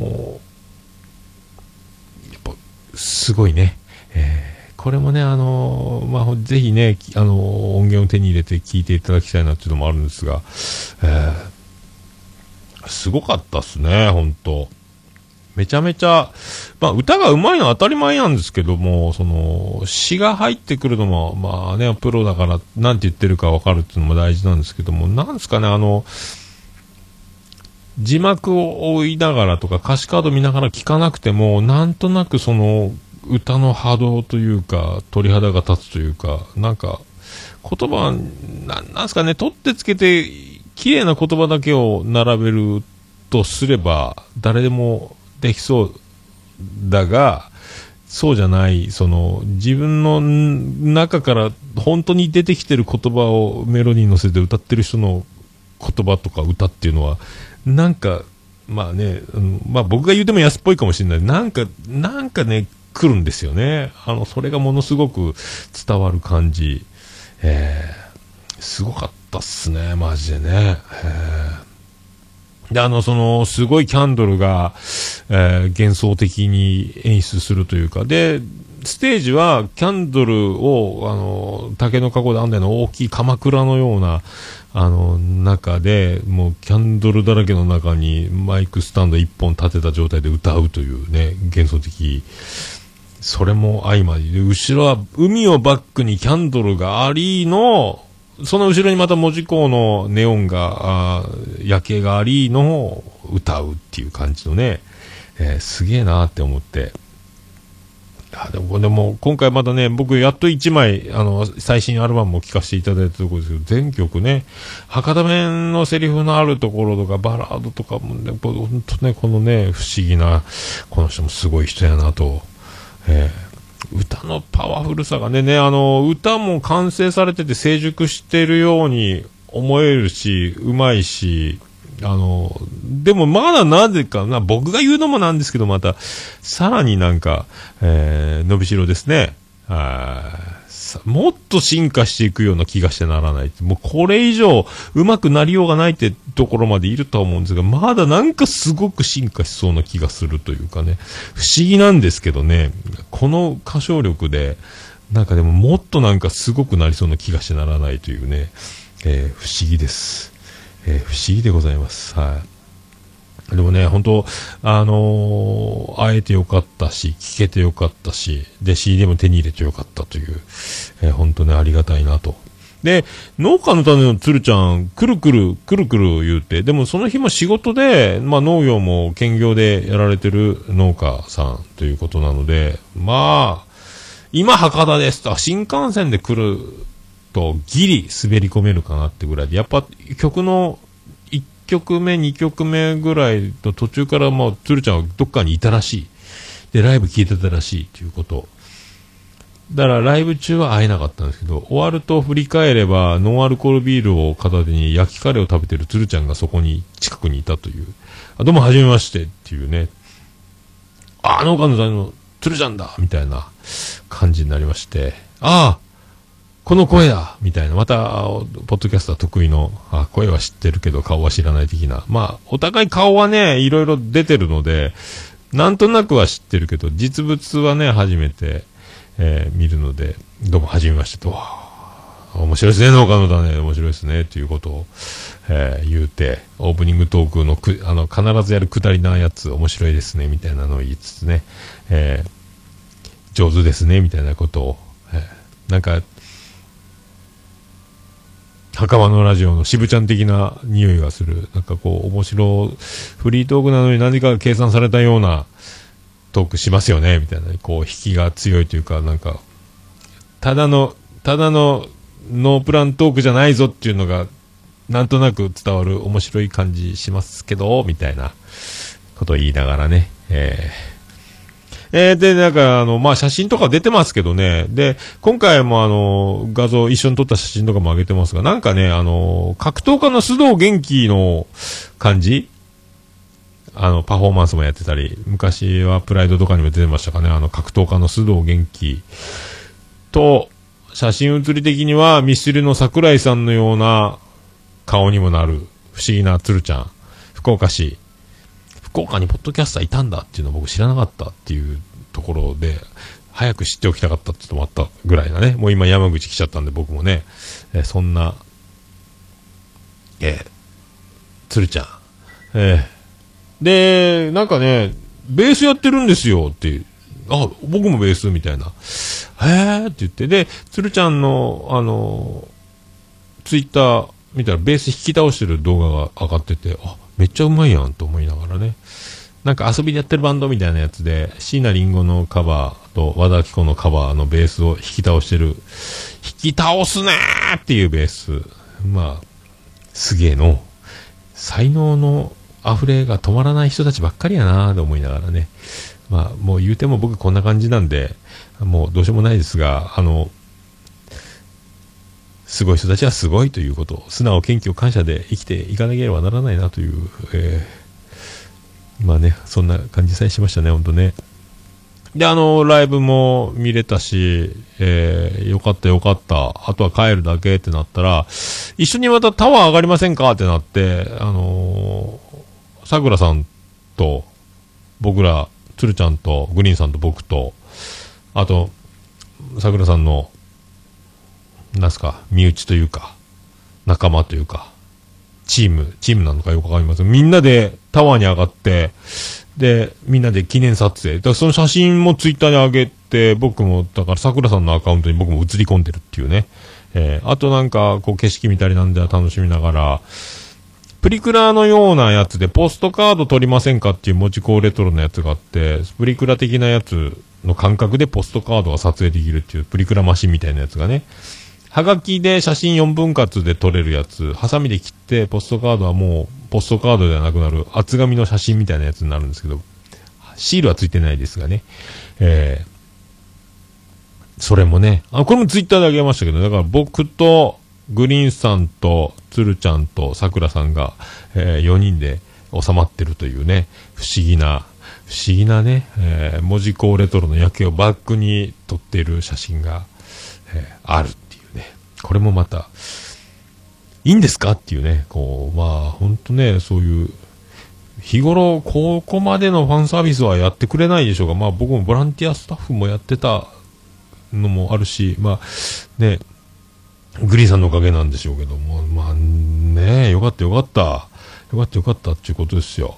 ぱすごいね。これもね、まあ、ぜひね、音源を手に入れて聴いていただきたいなっていうのもあるんですが、すごかったっすね、ほんと。めちゃめちゃ、まあ、歌が上手いのは当たり前なんですけども、詩が入ってくるのも、まあね、プロだから、なんて言ってるか分かるっていうのも大事なんですけども、なんですかね、字幕を追いながらとか、歌詞カード見ながら聞かなくても、なんとなく歌の波動というか、鳥肌が立つというか、なんか、言葉、なんすかね、取ってつけて、綺麗な言葉だけを並べるとすれば、誰でもできそうだが、そうじゃない、自分の中から本当に出てきてる言葉をメロディーに乗せて歌ってる人の言葉とか歌っていうのは、なんか、まあね、まあ僕が言うても安っぽいかもしれない。なんかね、来るんですよね。それがものすごく伝わる感じ。すごかったっすね、マジでね。で、すごいキャンドルが、幻想的に演出するというか、で、ステージはキャンドルを、竹の籠で編んでの大きい鎌倉のような、中で、もうキャンドルだらけの中にマイクスタンド一本立てた状態で歌うというね、幻想的。それも相まりで、後ろは海をバックにキャンドルがありの、その後ろにまた門司港のネオンが、夜景がありの歌うっていう感じのね、すげえなーって思って。でも今回またね、僕やっと1枚、最新アルバムも聴かせていただいたところですけど、全曲ね、博多弁のセリフのあるところとか、バラードとかもね、ほんとね、このね、不思議な、この人もすごい人やなと、歌のパワフルさがね、歌も完成されてて成熟してるように思えるし、うまいし、でもまだなぜかな、僕が言うのもなんですけど、また、さらになんか、伸びしろですね。もっと進化していくような気がしてならない。もうこれ以上上手くなりようがないってところまでいるとは思うんですが、まだなんかすごく進化しそうな気がするというかね、不思議なんですけどね、この歌唱力で、なんかでももっとなんかすごくなりそうな気がしてならないというね、不思議です。不思議でございます。はい。でもね、本当会えてよかったし、聞けてよかったし、で、CD も手に入れてよかったという、本当ね、ありがたいなと。で、農家の種のつるちゃん、くるくる言うて、でもその日も仕事で、まあ農業も兼業でやられてる農家さんということなので、まあ、今博多ですと、新幹線で来るとギリ滑り込めるかなってぐらいで、やっぱ曲の1曲目、2曲目ぐらいと途中からもうつるちゃんはどっかにいたらしい。で、ライブ聴いてたらしいということ。だからライブ中は会えなかったんですけど、終わると振り返ればノンアルコールビールを片手に焼きカレーを食べてるつるちゃんがそこに近くにいたという。どうもはじめましてっていうね。農家のさんのつるちゃんだみたいな感じになりまして。この声だみたいな。また、ポッドキャスター得意の、声は知ってるけど顔は知らない的な。まあ、お互い顔はね、いろいろ出てるので、なんとなくは知ってるけど、実物はね、初めて、見るので、どうもはじめましてと。面白いですね、農家の種、面白いですね、ということを、言うて、オープニングトークの必ずやるくだりなやつ、面白いですね、みたいなのを言いつつね、上手ですね、みたいなことを、なんか、墓場のラジオの渋ちゃん的な匂いがする。なんかこう、面白、フリートークなのに何か計算されたようなトークしますよね、みたいな。こう、引きが強いというか、なんか、ただのノープラントークじゃないぞっていうのが、なんとなく伝わる面白い感じしますけど、みたいなことを言いながらね。で、なんか、まあ、写真とか出てますけどね。で、今回も画像、一緒に撮った写真とかも上げてますが、なんかね、格闘家の須藤元気の感じパフォーマンスもやってたり、昔はプライドとかにも出てましたかね、格闘家の須藤元気と、写真写り的にはミスチルの桜井さんのような顔にもなる不思議な鶴ちゃん。福岡にポッドキャスターいたんだっていうのを僕知らなかったっていうところで、早く知っておきたかったってのもあったぐらいだね。もう今山口来ちゃったんで僕もね、そんな、鶴ちゃん。で、なんかね、ベースやってるんですよっていう。あ、僕もベースみたいな。へーって言って。で、鶴ちゃんの、ツイッター見たらベース弾き倒してる動画が上がってて、あ、めっちゃうまいやんと思いながらね。なんか遊びでやってるバンドみたいなやつで、椎名林檎のカバーと和田アキ子のカバーのベースを弾き倒してる。弾き倒すねーっていうベース。まあ、すげえの。才能の溢れが止まらない人たちばっかりやなーと思いながらね。まあ、もう言うても僕こんな感じなんで、もうどうしようもないですが、すごい人たちはすごいということ、素直、謙虚、感謝で生きていかなければならないなという、まあね、そんな感じさえしましたね、ほんとね。で、ライブも見れたし、よかったよかった。あとは帰るだけってなったら、一緒にまたタワー上がりませんかってなって、さくらさんと、僕ら、つるちゃんと、グリーンさんと僕と、あと、さくらさんの、なんすか、身内というか、仲間というか、チームなのかよくわかりません。みんなでタワーに上がって、で、みんなで記念撮影。だからその写真もツイッターに上げて、僕も、だからさくらさんのアカウントに僕も映り込んでるっていうね。あとなんか、こう景色見たりなんで楽しみながら、プリクラのようなやつでポストカード撮りませんかっていう文字工レトロのやつがあって、プリクラ的なやつの感覚でポストカードが撮影できるっていうプリクラマシンみたいなやつがね。はがきで写真4分割で撮れるやつ、ハサミで切ってポストカードはもうポストカードではなくなる厚紙の写真みたいなやつになるんですけど、シールはついてないですがね。それもね、これもツイッターであげましたけど、だから僕とグリーンさんとつるちゃんとさくらさんが、4人で収まってるというね、不思議なね、文字工レトロの夜景をバックに撮っている写真が、あるっていうね。これもまた、いいんですかっていうね、こう、まあ、ほんとね、そういう、日頃、ここまでのファンサービスはやってくれないでしょうが、まあ僕もボランティアスタッフもやってたのもあるし、まあ、ね、グリーンさんのおかげなんでしょうけども、まあね、よかったよかった。よかったよかったっていうことですよ。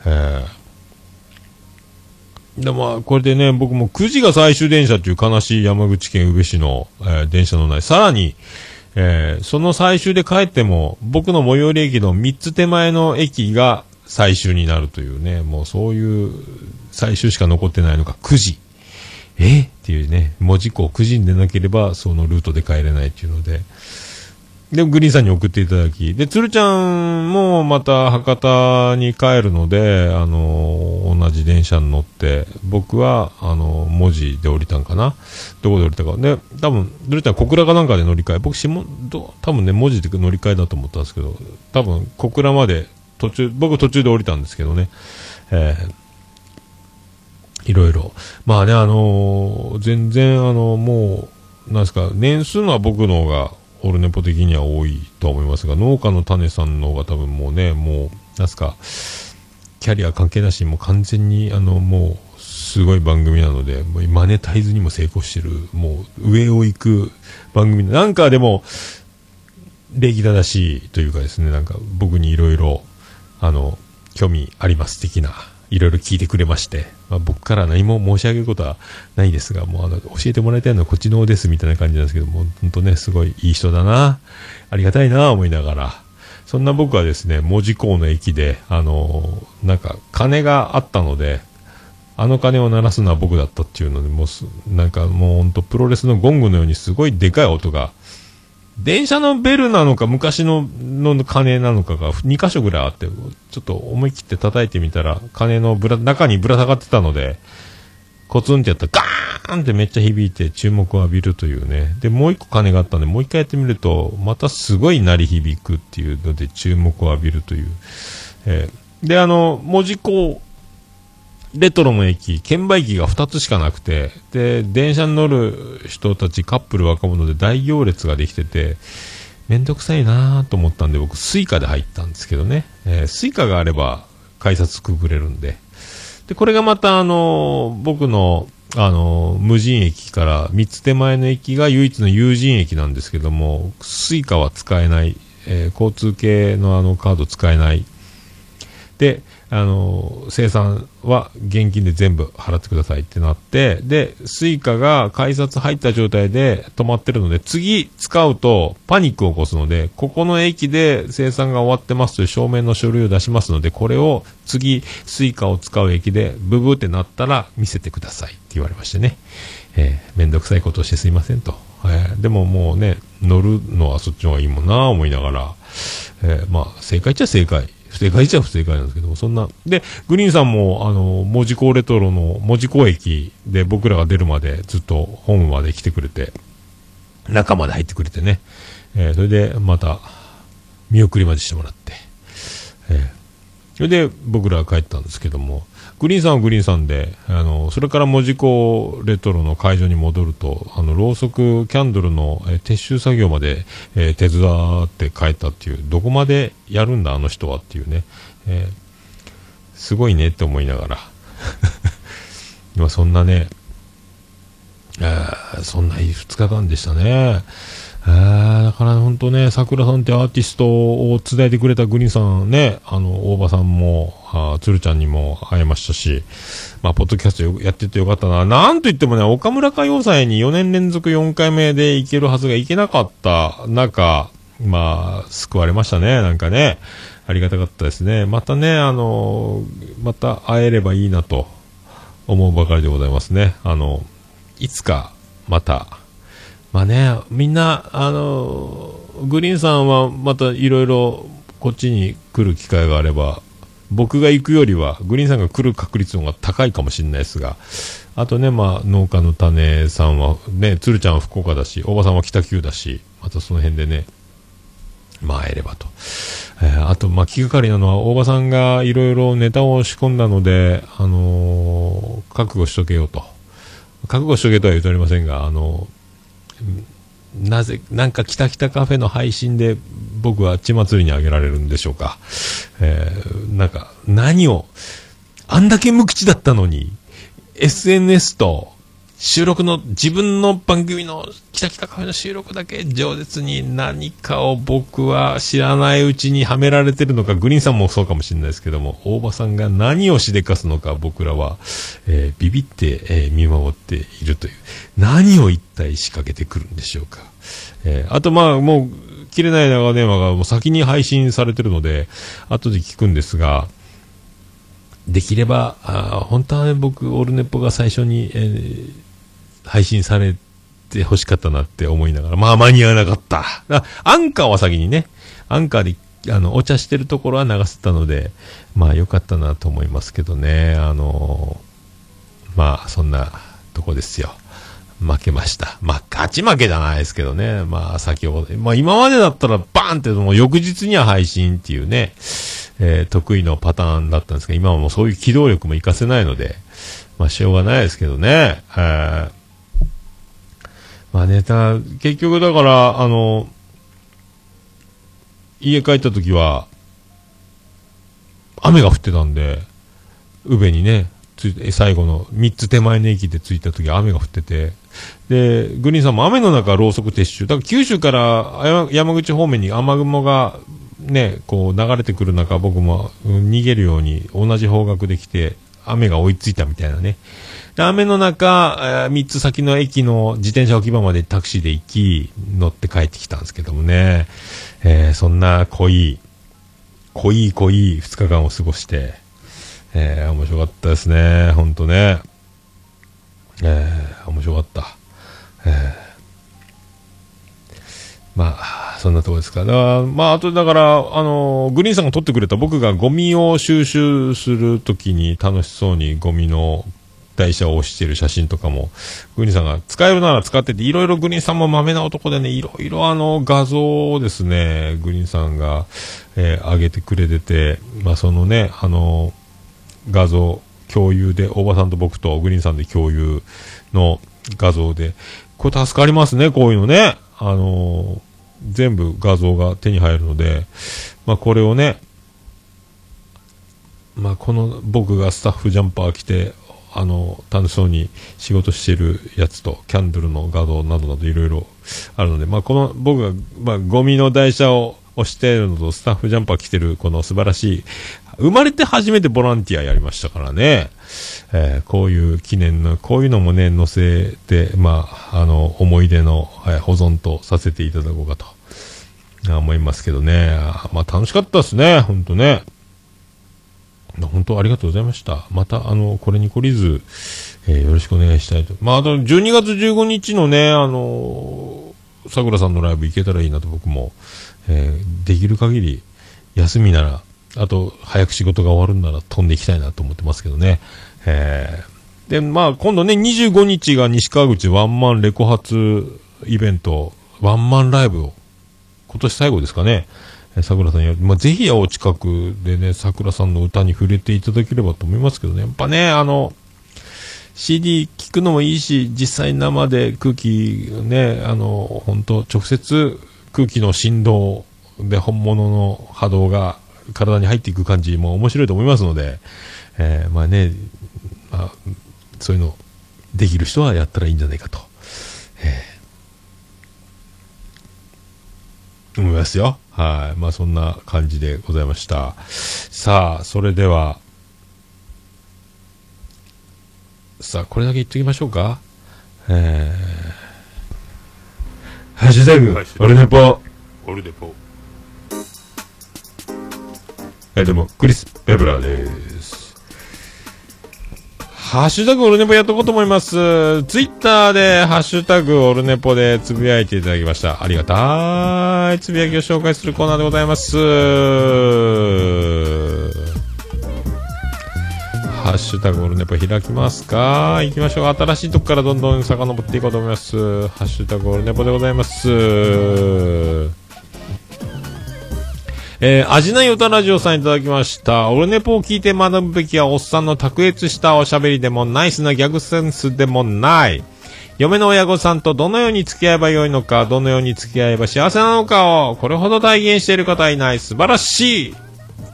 で、まあ、これでね、僕も9時が最終電車っていう悲しい山口県宇部市の、電車のない。さらに、その最終で帰っても、僕の最寄り駅の3つ手前の駅が最終になるというね、もうそういう最終しか残ってないのが9時。っていうね、文字工9時に出なければそのルートで帰れないっていうので、でグリーンさんに送っていただき、でつるちゃんもまた博多に帰るので、同じ電車に乗って、僕は文字で降りたんかな、どこで降りたかで、多分つるちゃん小倉かなんかで乗り換え、僕多分ね文字で乗り換えだと思ったんですけど、多分小倉まで僕途中で降りたんですけどね、いろいろ。まあね、全然もう、なんですか、年数は僕の方が、オルネポ的には多いと思いますが、農家の種さんの方が多分もうね、もう、なんですか、キャリア関係なしにもう完全に、もう、すごい番組なので、もうマネタイズにも成功してる、もう、上を行く番組。なんかでも、礼儀正しいというかですね、なんか僕にいろいろ、興味あります的な、いろいろ聞いてくれまして、まあ、僕から何も申し上げることはないですが、もう教えてもらいたいのはこっちの方ですみたいな感じなんですけども、本当ね、すごいいい人だな、ありがたいな思いながら、そんな僕はですね、門司港の駅で、なんか鐘があったので、鐘を鳴らすのは僕だったっていうので、もうなんかもう本当プロレスのゴングのようにすごいでかい音が、電車のベルなのか昔の鐘なのかが2箇所ぐらいあって、ちょっと思い切って叩いてみたら鐘の中にぶら下がってたので、コツンってやったらガーンってめっちゃ響いて注目を浴びるというね。でもう一個鐘があったんで、もう一回やってみるとまたすごい鳴り響くっていうので注目を浴びるという、 で、門司港レトロの駅、券売機が2つしかなくて、で、電車に乗る人たち、カップル若者で大行列ができてて、めんどくさいなと思ったんで、僕、スイカで入ったんですけどね。スイカがあれば、改札くぐれるんで。で、これがまた、僕の、無人駅から3つ手前の駅が唯一の有人駅なんですけども、スイカは使えない、交通系のカード使えない。で、生産は現金で全部払ってくださいってなって、で、スイカが改札入った状態で止まってるので、次使うとパニックを起こすので、ここの駅で生産が終わってますという証明の書類を出しますので、これを次スイカを使う駅でブブーってなったら見せてくださいって言われましてね。めんどくさいことをしてすいませんと。でももうね、乗るのはそっちの方がいいもんな思いながら、まあ、正解っちゃ正解。不正解っちゃ不正解なんですけども、そんな。で、グリーンさんも、門司港レトロの門司港駅で僕らが出るまでずっとホームまで来てくれて、中まで入ってくれてね。それでまた、見送りまでしてもらって、それで僕ら帰ったんですけども、グリーンさんはグリーンさんで、それから門司港レトロの会場に戻ると、ろうそくキャンドルの、撤収作業まで、手伝って帰ったっていう、どこまでやるんだあの人はっていうね、すごいねって思いながら、今そんなね、そんないい2日間でしたね。だから本当ね、桜さんってアーティストを伝えてくれたグリーンさんね、大場さんも、鶴ちゃんにも会えましたし、まあ、ポッドキャストやっててよかったな。なんと言ってもね、岡村歌謡祭に4年連続4回目で行けるはずが行けなかった中、まあ、救われましたね、なんかね。ありがたかったですね。またね、また会えればいいなと思うばかりでございますね。いつか、また、まあね、みんな、グリーンさんはまたいろいろこっちに来る機会があれば、僕が行くよりはグリーンさんが来る確率の方が高いかもしれないですが、あとね、まあ、農家の種さんはね、鶴ちゃんは福岡だし、大場さんは北九だし、またその辺でね、まあ、会えればと。あと、まあ、気がかりなのは、大場さんがいろいろネタを仕込んだので、覚悟しとけよと。覚悟しとけとは言うとありませんが、なんかキタキタカフェの配信で僕は血祭りにあげられるんでしょうか。なんか、何を、あんだけ無口だったのに、SNS と収録の、自分の番組のキタキタカフェの収録だけ饒舌に何かを僕は知らないうちにはめられてるのか、グリーンさんもそうかもしれないですけども、大場さんが何をしでかすのか僕らは、ビビって、見守っているという。何を一体仕掛けてくるんでしょうか。あとまあもう、切れない長電話がもう先に配信されてるので、後で聞くんですが、できれば、本当はね、僕、オルネポが最初に、配信されて欲しかったなって思いながら、まあ間に合わなかった。アンカーは先にね、アンカーで、お茶してるところは流せたので、まあ良かったなと思いますけどね、まあそんなとこですよ。負けました。まあ勝ち負けじゃないですけどね、まあ先ほど、まあ今までだったらバーンってもう翌日には配信っていうね、得意のパターンだったんですが、今はもうそういう機動力も活かせないので、まあしょうがないですけどね、まあネタ、結局だから、家帰った時は、雨が降ってたんで、宇部にね、最後の3つ手前の駅で着いた時雨が降ってて、で、グリーンさんも雨の中ろうそく撤収。だから九州から山口方面に雨雲がね、こう流れてくる中、僕も逃げるように同じ方角で来て、雨が追いついたみたいなね。で、雨の中、3つ先の駅の自転車置き場までタクシーで行き、乗って帰ってきたんですけどもね。そんな濃い2日間を過ごして、面白かったですね。ほんとね。面白かった。まあ、そんなとこですか。まあ、あとだから、グリーンさんが撮ってくれた僕がゴミを収集するときに楽しそうにゴミの台車を押してる写真とかも、グリーンさんが使えるなら使ってて、いろいろグリーンさんも豆な男でね、いろいろ画像をですね、グリーンさんが、上げてくれてて、まあそのね、画像共有で、大場さんと僕とグリーンさんで共有の画像で、これ助かりますね、こういうのね。全部画像が手に入るので、まあこれをね、まあこの僕がスタッフジャンパー着て、楽しそうに仕事してるやつと、キャンドルの画像などなどいろいろあるので、まあこの僕が、まあゴミの台車を押しているのと、スタッフジャンパー着てるこの素晴らしい、生まれて初めてボランティアやりましたからね。こういう記念の、こういうのもね、載せて、まあ、思い出の、保存とさせていただこうかと、思いますけどね。まあ、楽しかったですね、ほんとね。本当ありがとうございました。また、これに懲りず、よろしくお願いしたいと。まあ、あと、12月15日のね、桜さんのライブ行けたらいいなと僕も、できる限り、休みなら、あと、早く仕事が終わるんなら飛んでいきたいなと思ってますけどね。で、まあ、今度ね、25日が西川口ワンマンレコ発イベント、ワンマンライブを、今年最後ですかね、桜さんや、まあ、ぜひお近くでね、桜さんの歌に触れていただければと思いますけどね。やっぱね、CD 聞くのもいいし、実際生で空気ね、本当直接空気の振動で本物の波動が体に入っていく感じも面白いと思いますので、まあね、まあ、そういうのできる人はやったらいいんじゃないかと、思いますよ。はい。まあそんな感じでございました。さあ、それでは、さあ、これだけ言っときましょうか。ハッシュタグ、オルネポ。オルネポ。どうも、クリス・ペブラーです。ハッシュタグオルネポやっとこうと思います。ツイッターでハッシュタグオルネポでつぶやいていただきました。ありがたいつぶやきを紹介するコーナーでございます。ハッシュタグオルネポ開きますか。行きましょう。新しいとこからどんどん遡っていこうと思います。ハッシュタグオルネポでございます。味ない歌ラジオさんいただきました。オルネポを聞いて学ぶべきはおっさんの卓越したおしゃべりでもナイスなギャグセンスでもない。嫁の親御さんとどのように付き合えばよいのか、どのように付き合えば幸せなのかをこれほど体現している方はいない。素晴らしい。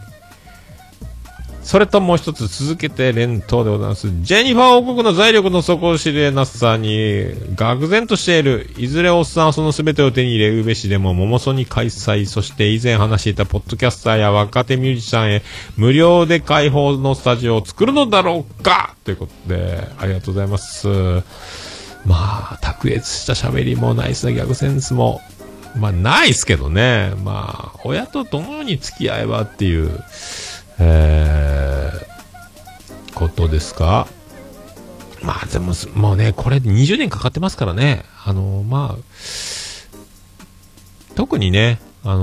それともう一つ続けて連投でございます。ジェニファー王国の財力の底知れなさに愕然としている。いずれおっさんはその全てを手に入れ、うべしでも桃ソに開催、そして以前話していたポッドキャスターや若手ミュージシャンへ無料で開放のスタジオを作るのだろうかということで、ありがとうございます。まあ、卓越した喋りもナイスなギャグセンスも、まあ、ないっすけどね。まあ、親とどのように付き合えばっていう、ことですか。まあでももうね、これ20年かかってますからね。まあ特にね、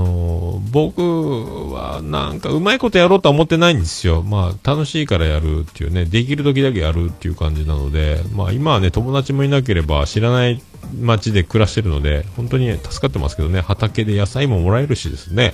僕はなんかうまいことやろうとは思ってないんですよ。まあ楽しいからやるっていうね、できる時だけやるっていう感じなので、まあ今はね、友達もいなければ知らない街で暮らしてるので本当に、ね、助かってますけどね。畑で野菜ももらえるしですね。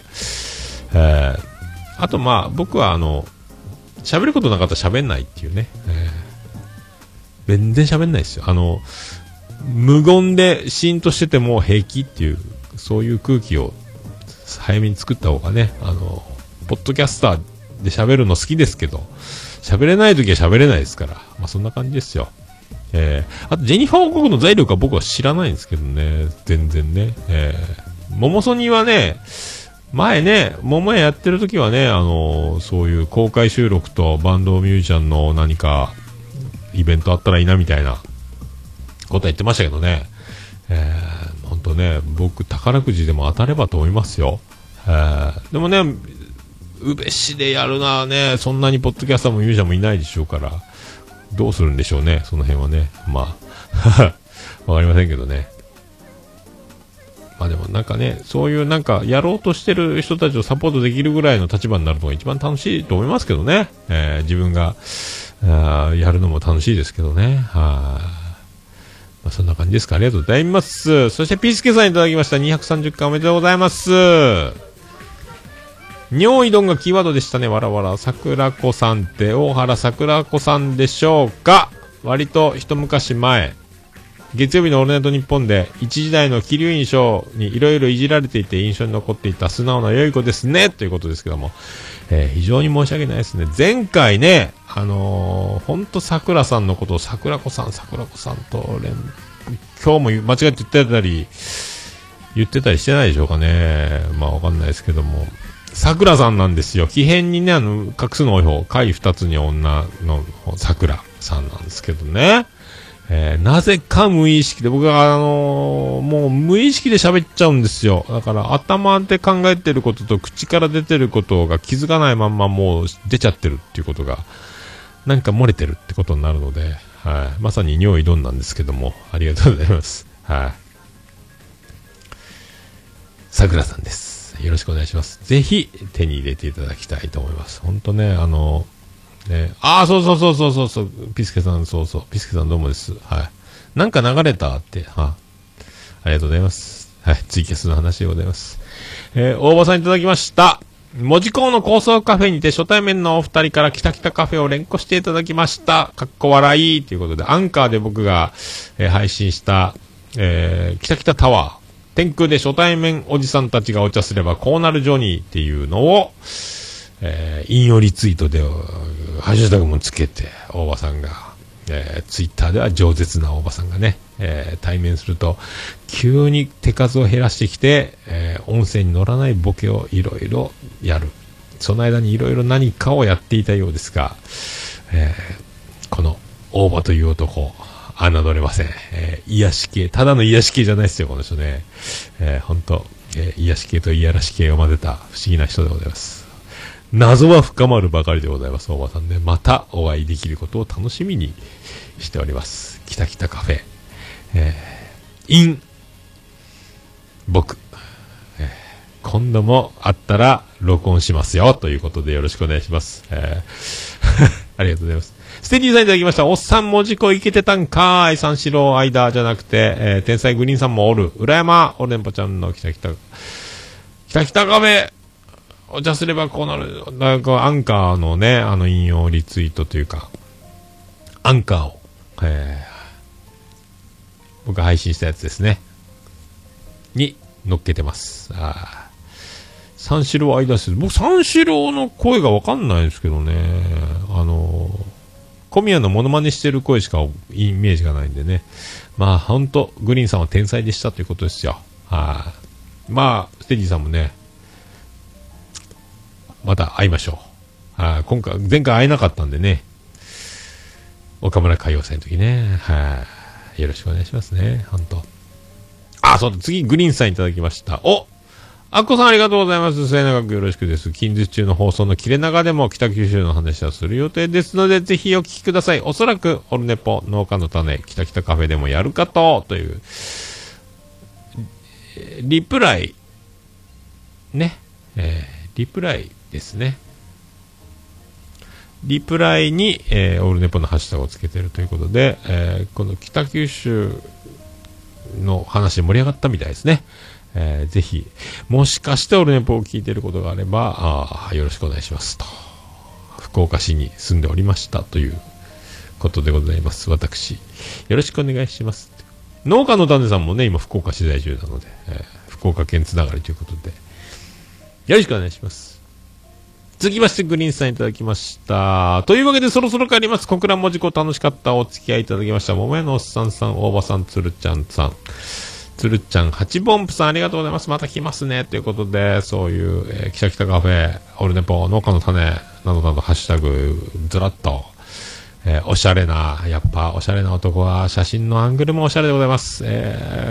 あとまあ僕は喋ることなかったら喋んないっていうね、全然喋んないですよ。無言でシーンとしてても平気っていうそういう空気を早めに作った方がね、ポッドキャスターで喋るの好きですけど喋れない時は喋れないですから、まあそんな感じですよ。あとジェニファー王国の財力は僕は知らないんですけどね、全然ね。モモソニはね、前ね、桃屋やってる時はね、そういう公開収録とバンドミュージシャンの何かイベントあったらいいなみたいなことは言ってましたけどね。ほんとね、僕宝くじでも当たればと思いますよ。でもね、うべしでやるのはね、そんなにポッドキャスターもミュージシャンもいないでしょうから、どうするんでしょうね、その辺はね。まあ、わかりませんけどね。まあでもなんかね、そういうなんかやろうとしてる人たちをサポートできるぐらいの立場になるのが一番楽しいと思いますけどね。自分が、 やるのも楽しいですけどね。まあ、そんな感じですか。ありがとうございます。そしてピースケさんいただきました。230回おめでとうございます。尿意丼がキーワードでしたね。わらわら。桜子さんって大原桜子さんでしょうか。割と一昔前、月曜日のオールナイトニッポンで一時代の桐生印象にいろいろいじられていて印象に残っていた素直な良い子ですねということですけども、非常に申し訳ないですね。前回ね、ほんと桜さんのことを桜子さんと今日も間違って言ってたりしてないでしょうかね。まあわかんないですけども、桜さんなんですよ。奇変にね、画数の多い方、回二つに女の桜さんなんですけどね。なぜか無意識で、僕はもう無意識で喋っちゃうんですよ。だから頭で考えてることと口から出てることが気づかないまんまもう出ちゃってるっていうことが、なんか漏れてるってことになるので、まさに尿意丼なんですけども、ありがとうございます。桜さんです。よろしくお願いします。ぜひ手に入れていただきたいと思います。ほんとね、そう、ピスケさん、ピスケさんどうもです。なんか流れたって、ありがとうございます。ツイキャスの話でございます。大場さんいただきました。門司港の高層カフェにて初対面のお二人からキタキタカフェを連呼していただきました。かっこ笑いということで、アンカーで僕が、配信した、キタキタタワー、天空で初対面おじさんたちがお茶すればこうなるジョニーっていうのを、引用リツイートでハッシュタグもつけて大場さんが、ツイッターでは饒舌な大場さんがね、対面すると急に手数を減らしてきて、音声に乗らないボケをいろいろやる。その間にいろいろ何かをやっていたようですが、この大場という男侮れません。癒し系、ただの癒し系じゃないですよこの人ね。本当、癒し系と癒らし系を混ぜた不思議な人でございます。謎は深まるばかりでございます。大場さんね、またお会いできることを楽しみにしております。キタキタカフェ、僕、今度もあったら録音しますよということでよろしくお願いします。ありがとうございます。ステディさんいただきました。おっさん文字工いけてたんかーい。三四郎間じゃなくて、天才グリーンさんもおる。裏山オレンポちゃんのキタキタカフェお茶すればこうなる。なんかアンカーのね、引用リツイートというか、アンカーを、僕が配信したやつですね。に乗っけてます。三四郎間です。僕三四郎の声がわかんないんですけどね。小宮のモノマネしてる声しかイメージがないんでね。まあほんとグリーンさんは天才でしたということですよ。まあステディさんもね、また会いましょう。前回会えなかったんでね。岡村歌謡祭の時ね。よろしくお願いしますね。ほんと。そうだ、次グリーンさんいただきました。アッコさんありがとうございます。末永くよろしくです。近日中の放送の切れ長でも北九州の話はする予定ですので、ぜひお聞きください。おそらくオルネポ農家の種北北カフェでもやるかという、リプライね、リプライですね。リプライに、オールネポのハッシュタグをつけているということで、この北九州の話で盛り上がったみたいですね。ぜひ、もしかしてオールネポを聞いていることがあれば、よろしくお願いしますと。福岡市に住んでおりましたということでございます。私、よろしくお願いします。農家の種さんもね、今福岡市在住なので、福岡県つながりということで、よろしくお願いします。続きましてグリーンさんいただきました。というわけでそろそろ帰ります。小倉文字工楽しかったお付き合いいただきました。桃屋のおっさんさん、大場さん、つるちゃんさん、つるちゃん、8ボンプさんありがとうございます。また来ますね。ということで、そういう、キタキタカフェ、オルネポ、農家の種、などなどハッシュタグ、ずらっと、おしゃれな、やっぱおしゃれな男は写真のアングルもおしゃれでございます。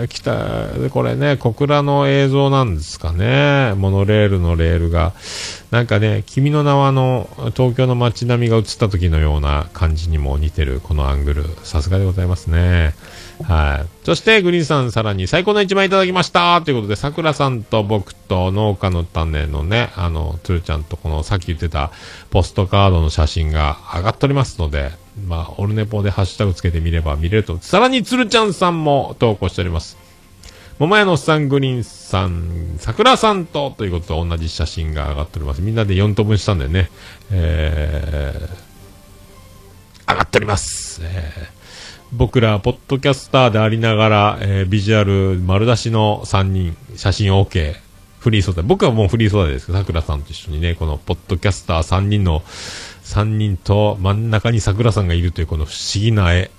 これね、小倉の映像なんですかね。モノレールのレールが、 なんかね、君の名は東京の街並みが映った時のような感じにも似てるこのアングル、さすがでございますね。はい。そしてグリーンさん、さらに最高の一枚いただきましたということで、さくらさんと僕と農家の種のね、つるちゃんとこのさっき言ってたポストカードの写真が上がっておりますので、まあオルネポでハッシュタグつけてみれば見れると。さらにつるちゃんさんも投稿しております。桃屋のおっさん、グリーンさん、桜さんということで同じ写真が上がっております。みんなで4等分したんでね、上がっております。僕らポッドキャスターでありながら、ビジュアル丸出しの3人、写真 OK、フリー素材、僕はもうフリー素材ですけど、桜さんと一緒にね、このポッドキャスター3人と真ん中に桜さんがいるというこの不思議な絵、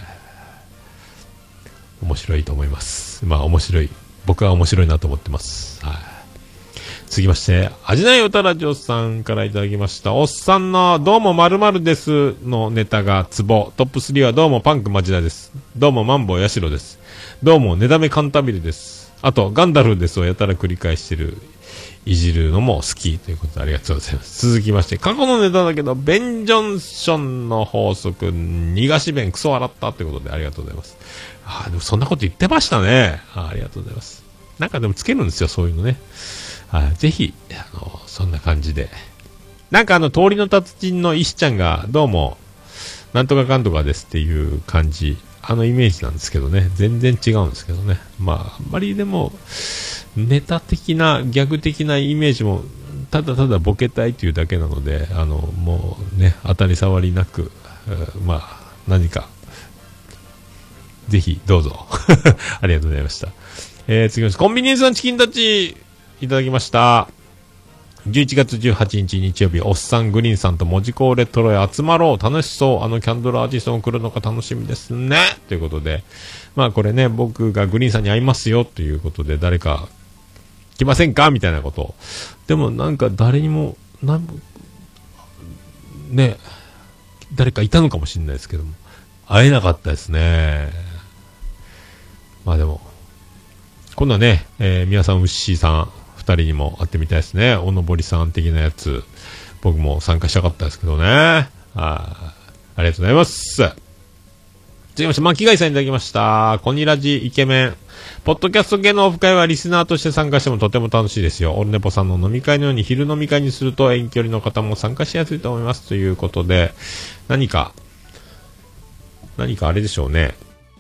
面白いと思います。まあ面白い、僕は面白いなと思ってます。はい。続きまして、味ないおたらじょさんからいただきました。おっさんのどうも〇〇ですのネタがツボ。トップ3はどうもパンク町田です。どうもマンボウヤシロです。どうもネダメカンタビルです。あとガンダルですをやたら繰り返してる、いじるのも好きということでありがとうございます。続きまして、過去のネタだけどベン・ジョンソンの法則、逃がし弁クソ笑ったということでありがとうございます。でもそんなこと言ってましたね。ありがとうございます。なんかでもつけるんですよ、そういうのね。ぜひ、そんな感じで。なんか通りの達人の石ちゃんが、どうも、なんとかかんとかですっていう感じ、イメージなんですけどね。全然違うんですけどね。まあ、あんまりでも、ネタ的な、ギャグ的なイメージも、ただただボケたいというだけなので、もうね、当たり障りなく、まあ、何か、ぜひどうぞありがとうございました。次ましてコンビニエンスのチキンたちいただきました。11月18日日曜日、おっさんグリーンさんと文字工レトロへ集まろう、楽しそう、キャンドルアーティストが来るのか楽しみですねということで、まあこれね、僕がグリーンさんに会いますよということで、誰か来ませんかみたいなことを。でもなんか誰にもね、誰かいたのかもしれないですけども会えなかったですね。まあでも今度はね、宮さん、ウッシーさん2人にも会ってみたいですね。おのぼりさん的なやつ僕も参加したかったですけどね。ありがとうございます。続きまして巻貝さんいただきました。コニラジイケメンポッドキャスト系のオフ会はリスナーとして参加してもとても楽しいですよ。オルネポさんの飲み会のように昼飲み会にすると遠距離の方も参加しやすいと思いますということで、何かあれでしょうね。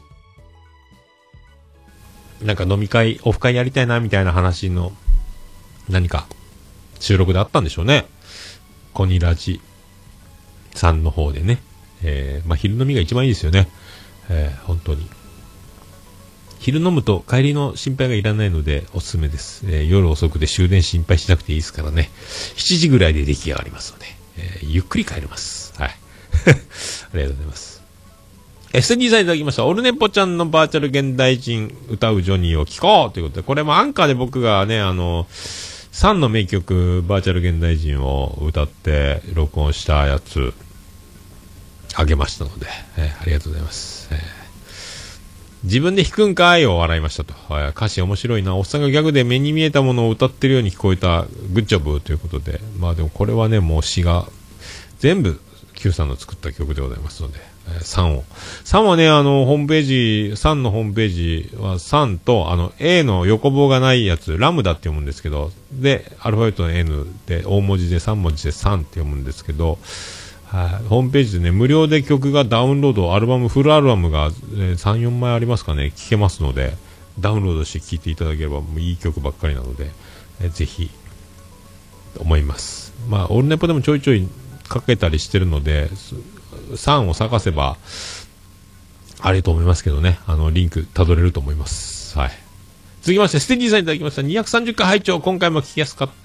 なんか飲み会、オフ会やりたいなみたいな話の何か収録であったんでしょうね。コニラジさんの方でね。まあ昼飲みが一番いいですよね。本当に。昼飲むと帰りの心配がいらないのでおすすめです。夜遅くで終電心配しなくていいですからね。7時ぐらいで出来上がりますので、ゆっくり帰れます。はい。ありがとうございます。SD さんいただきました。オルネポちゃんのバーチャル現代人歌うジョニーを聴こうということで、これもアンカーで僕がね、3の名曲バーチャル現代人を歌って録音したやつあげましたので、ありがとうございます。自分で弾くんかいを笑いましたと。歌詞面白いな。おっさんがギャグで目に見えたものを歌ってるように聞こえたグッジョブということで、まあでもこれはね、もう詩が全部 Q さんの作った曲でございますので、3はね、ホームページ、3のホームページは3と、A の横棒がないやつ、ラムダって読むんですけど、で、アルファベットの N で、大文字で3文字で3って読むんですけど、ホームページでね、無料で曲がダウンロード、フルアルバムが、3、4枚ありますかね、聴けますので、ダウンロードして聴いていただければ、もういい曲ばっかりなので、ぜひ、思います。まあ、オルネポでもちょいちょいかけたりしてるので、3を探せばあれと思いますけどね、リンクたどれると思います。はい。続きましてステディさんいただきました。230回拝聴、今回も聞きやすかった。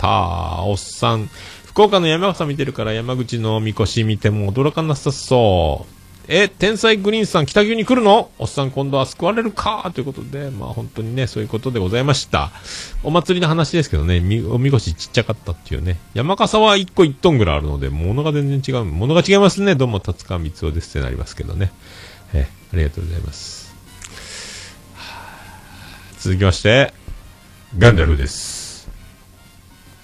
おっさん福岡の山笠見てるから山口のみこし見ても驚かなさそう。天才グリーンさん北九に来るの？おっさん今度は救われるかということで、まあ本当にね、そういうことでございました。お祭りの話ですけどね、おみこしちっちゃかったっていうね。山笠は1個1トンぐらいあるので、物が全然違う。物が違いますね。どうも達川光雄ですってなりますけどね。ありがとうございます。続きまして、ガンダルです。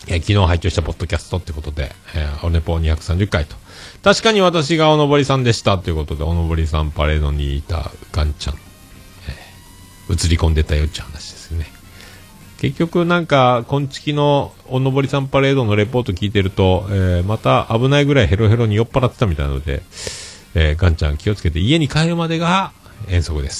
昨日拝聴したポッドキャストってことで、おねぽ230回と。確かに私がおのぼりさんでしたということで、おのぼりさんパレードにいたガンちゃん、映り込んでたよって話ですね。結局なんか、こんちきのおのぼりさんパレードのレポート聞いてると、また危ないぐらいヘロヘロに酔っ払ってたみたいなので、ガンちゃん気をつけて家に帰るまでが遠足です。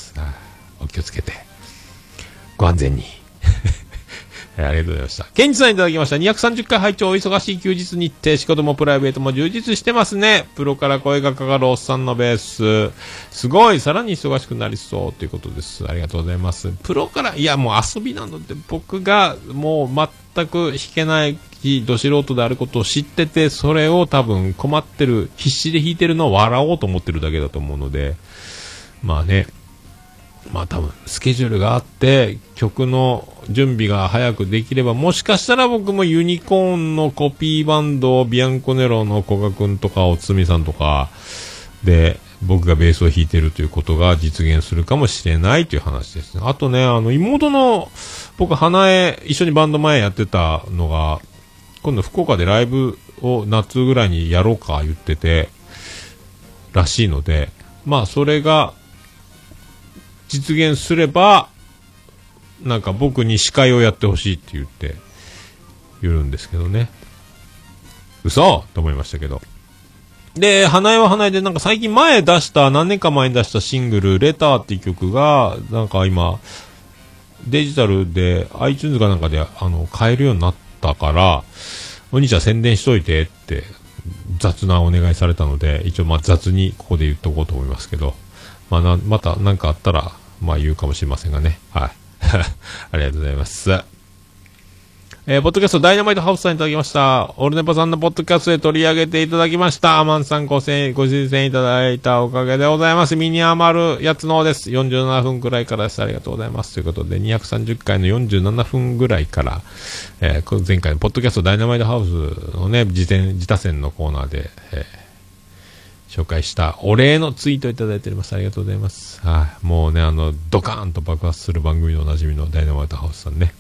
お気をつけて。ご安全に。ありがとうございました。ケンジさんいただきました。230回拝聴。お忙しい休日日程、仕事もプライベートも充実してますね。プロから声がかかるおっさんのベース。すごい、さらに忙しくなりそうということです。ありがとうございます。プロから、いやもう遊びなので、僕がもう全く弾けないど素人であることを知ってて、それを多分困ってる、必死で弾いてるのを笑おうと思ってるだけだと思うので、まあね、まあ多分スケジュールがあって曲の準備が早くできれば、もしかしたら僕もユニコーンのコピーバンドビアンコネロの古賀くんとかおつみさんとかで僕がベースを弾いてるということが実現するかもしれないという話ですね。あとね、妹の僕花江一緒にバンド前やってたのが今度福岡でライブを夏ぐらいにやろうか言っててらしいので、まあそれが実現すればなんか僕に司会をやってほしいって言って言うんですけどね。嘘と思いましたけど。で、花江は花江でなんか最近何年か前に出したシングルレターっていう曲がなんか今デジタルで iTunes かなんかで買えるようになったから、お兄ちゃん宣伝しといてって雑なお願いされたので、一応まあ雑にここで言っとこうと思いますけど、また何かあったらまあ言うかもしれませんがね。はい。ありがとうございます。ポッドキャストダイナマイトハウスさんいただきました。オルネポさんのポッドキャストで取り上げていただきました。アマンさんご推薦いただいたおかげでございます。身に余るやつのです。47分くらいからです。ありがとうございます。ということで、230回の47分ぐらいから、前回のポッドキャストダイナマイトハウスのね、自他戦のコーナーで、紹介したお礼のツイートいただいております。ありがとうございます。はい。もうね、ドカーンと爆発する番組のおなじみのダイナマイトハウスさんね。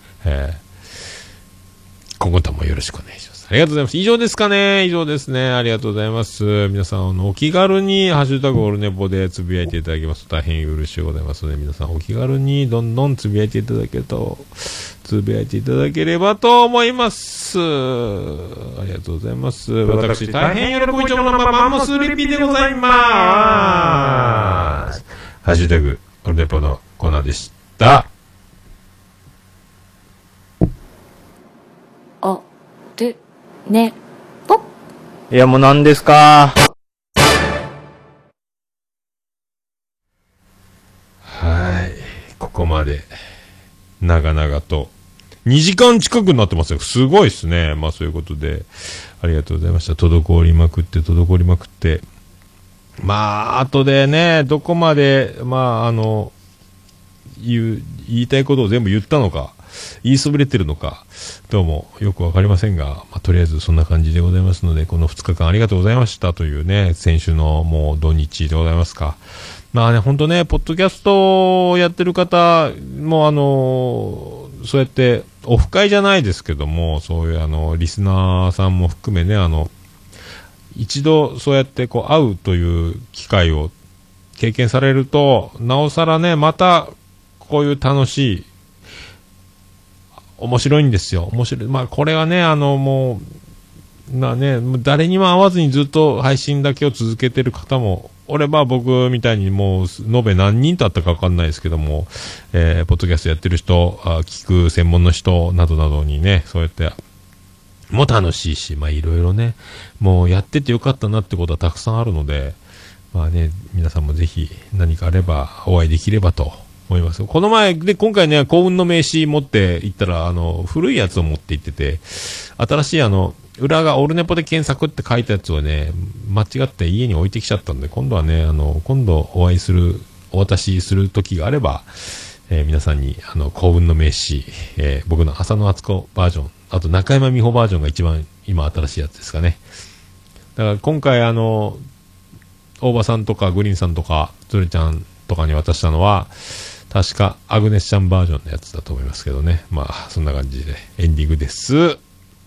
今後ともよろしくお願いします。ありがとうございます。以上ですかね。以上ですね。ありがとうございます。皆さん、お気軽に、ハッシュタグオルネポでつぶやいていただきますと大変嬉しいございますので、皆さんお気軽にどんどんつぶやいていただければと思います。ありがとうございます。私、大変喜びちょものマンモスリピでございます。ハッシュタグオルネポのコーナーでした。 ね、ぽっ。 いやもう何ですか。 はい、ここまで長々と2時間近くなってますよ。すごいですね。まあそういうことでありがとうございました。滞りまくってまあ後でね、どこまでまあ言いたいことを全部言ったのか言いそびれてるのかどうもよくわかりませんが、まあ、とりあえずそんな感じでございますので、この2日間ありがとうございましたというね、先週のもう土日でございますか。まあね、ほんとね、ポッドキャストをやってる方もそうやってオフ会じゃないですけども、そういうリスナーさんも含めね、一度そうやってこう会うという機会を経験されると、なおさらね、またこういう楽しい面白いんですよ。面白い。まあこれはね、もう誰にも会わずにずっと配信だけを続けてる方もおれば、僕みたいにもう延べ何人とあったか分かんないですけども、ポッドキャストやってる人、聞く専門の人などなどにね、そうやっても楽しいし、まあいろいろね、もうやっててよかったなってことはたくさんあるので、まあね、皆さんもぜひ何かあればお会いできればと思います。この前で今回ね、幸運の名刺持って行ったら古いやつを持って行ってて、新しい裏がオルネポで検索って書いたやつをね、間違って家に置いてきちゃったんで、今度はね、今度お渡しする時があれば、皆さんに幸運の名刺、僕の浅野敦子バージョン、あと中山美穂バージョンが一番今新しいやつですかね。だから今回大場さんとかグリーンさんとかつるちゃんとかに渡したのは確かアグネスちゃんバージョンのやつだと思いますけどね。まあそんな感じでエンディングです。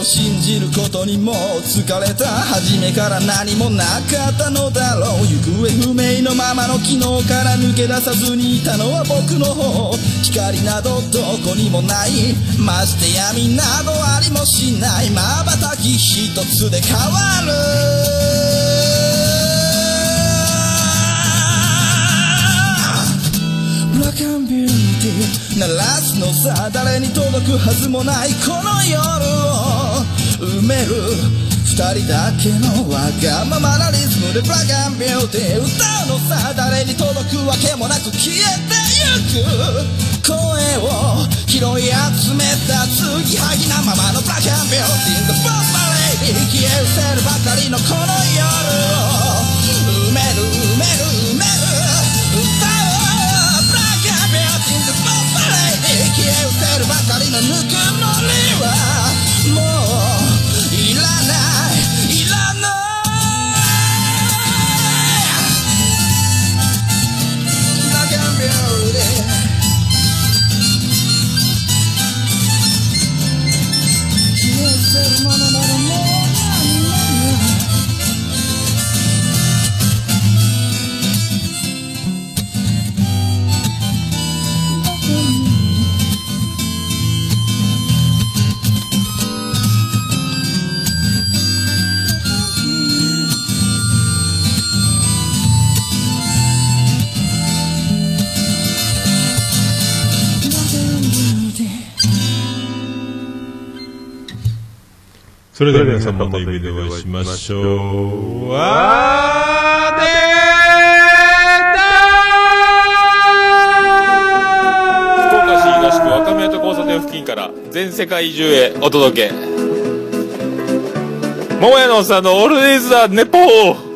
を信じることにも疲れた。初めから何もなかったのだろう。行方不明のままの昨日から抜け出さずにいたのは僕の方。光などどこにもない、まして闇などありもしない。瞬き一つで変わる。ブラック&ビューティー鳴らすのさ、誰に届くはずもないこの夜を埋める二人だけのわがままなリズムでブラック&ビューティー歌うのさ、誰に届くわけもなく消えてゆく声を拾い集めた継ぎはぎなままのブラック&ビューティーのボンバレイに消え失せるばかりのこの夜を埋める埋める埋める歌うブラック&ビューティーのボンバレイに消え失せるばかりのぬくもりはもういらないいらないブラック&ビューティーそれでは皆さんまた夢でお会いしましょう。わーでーだー。福岡市東区若宮と交差点付近から全世界中へお届け。桃屋のおっさんのオールディーズ・ザ・ネポー。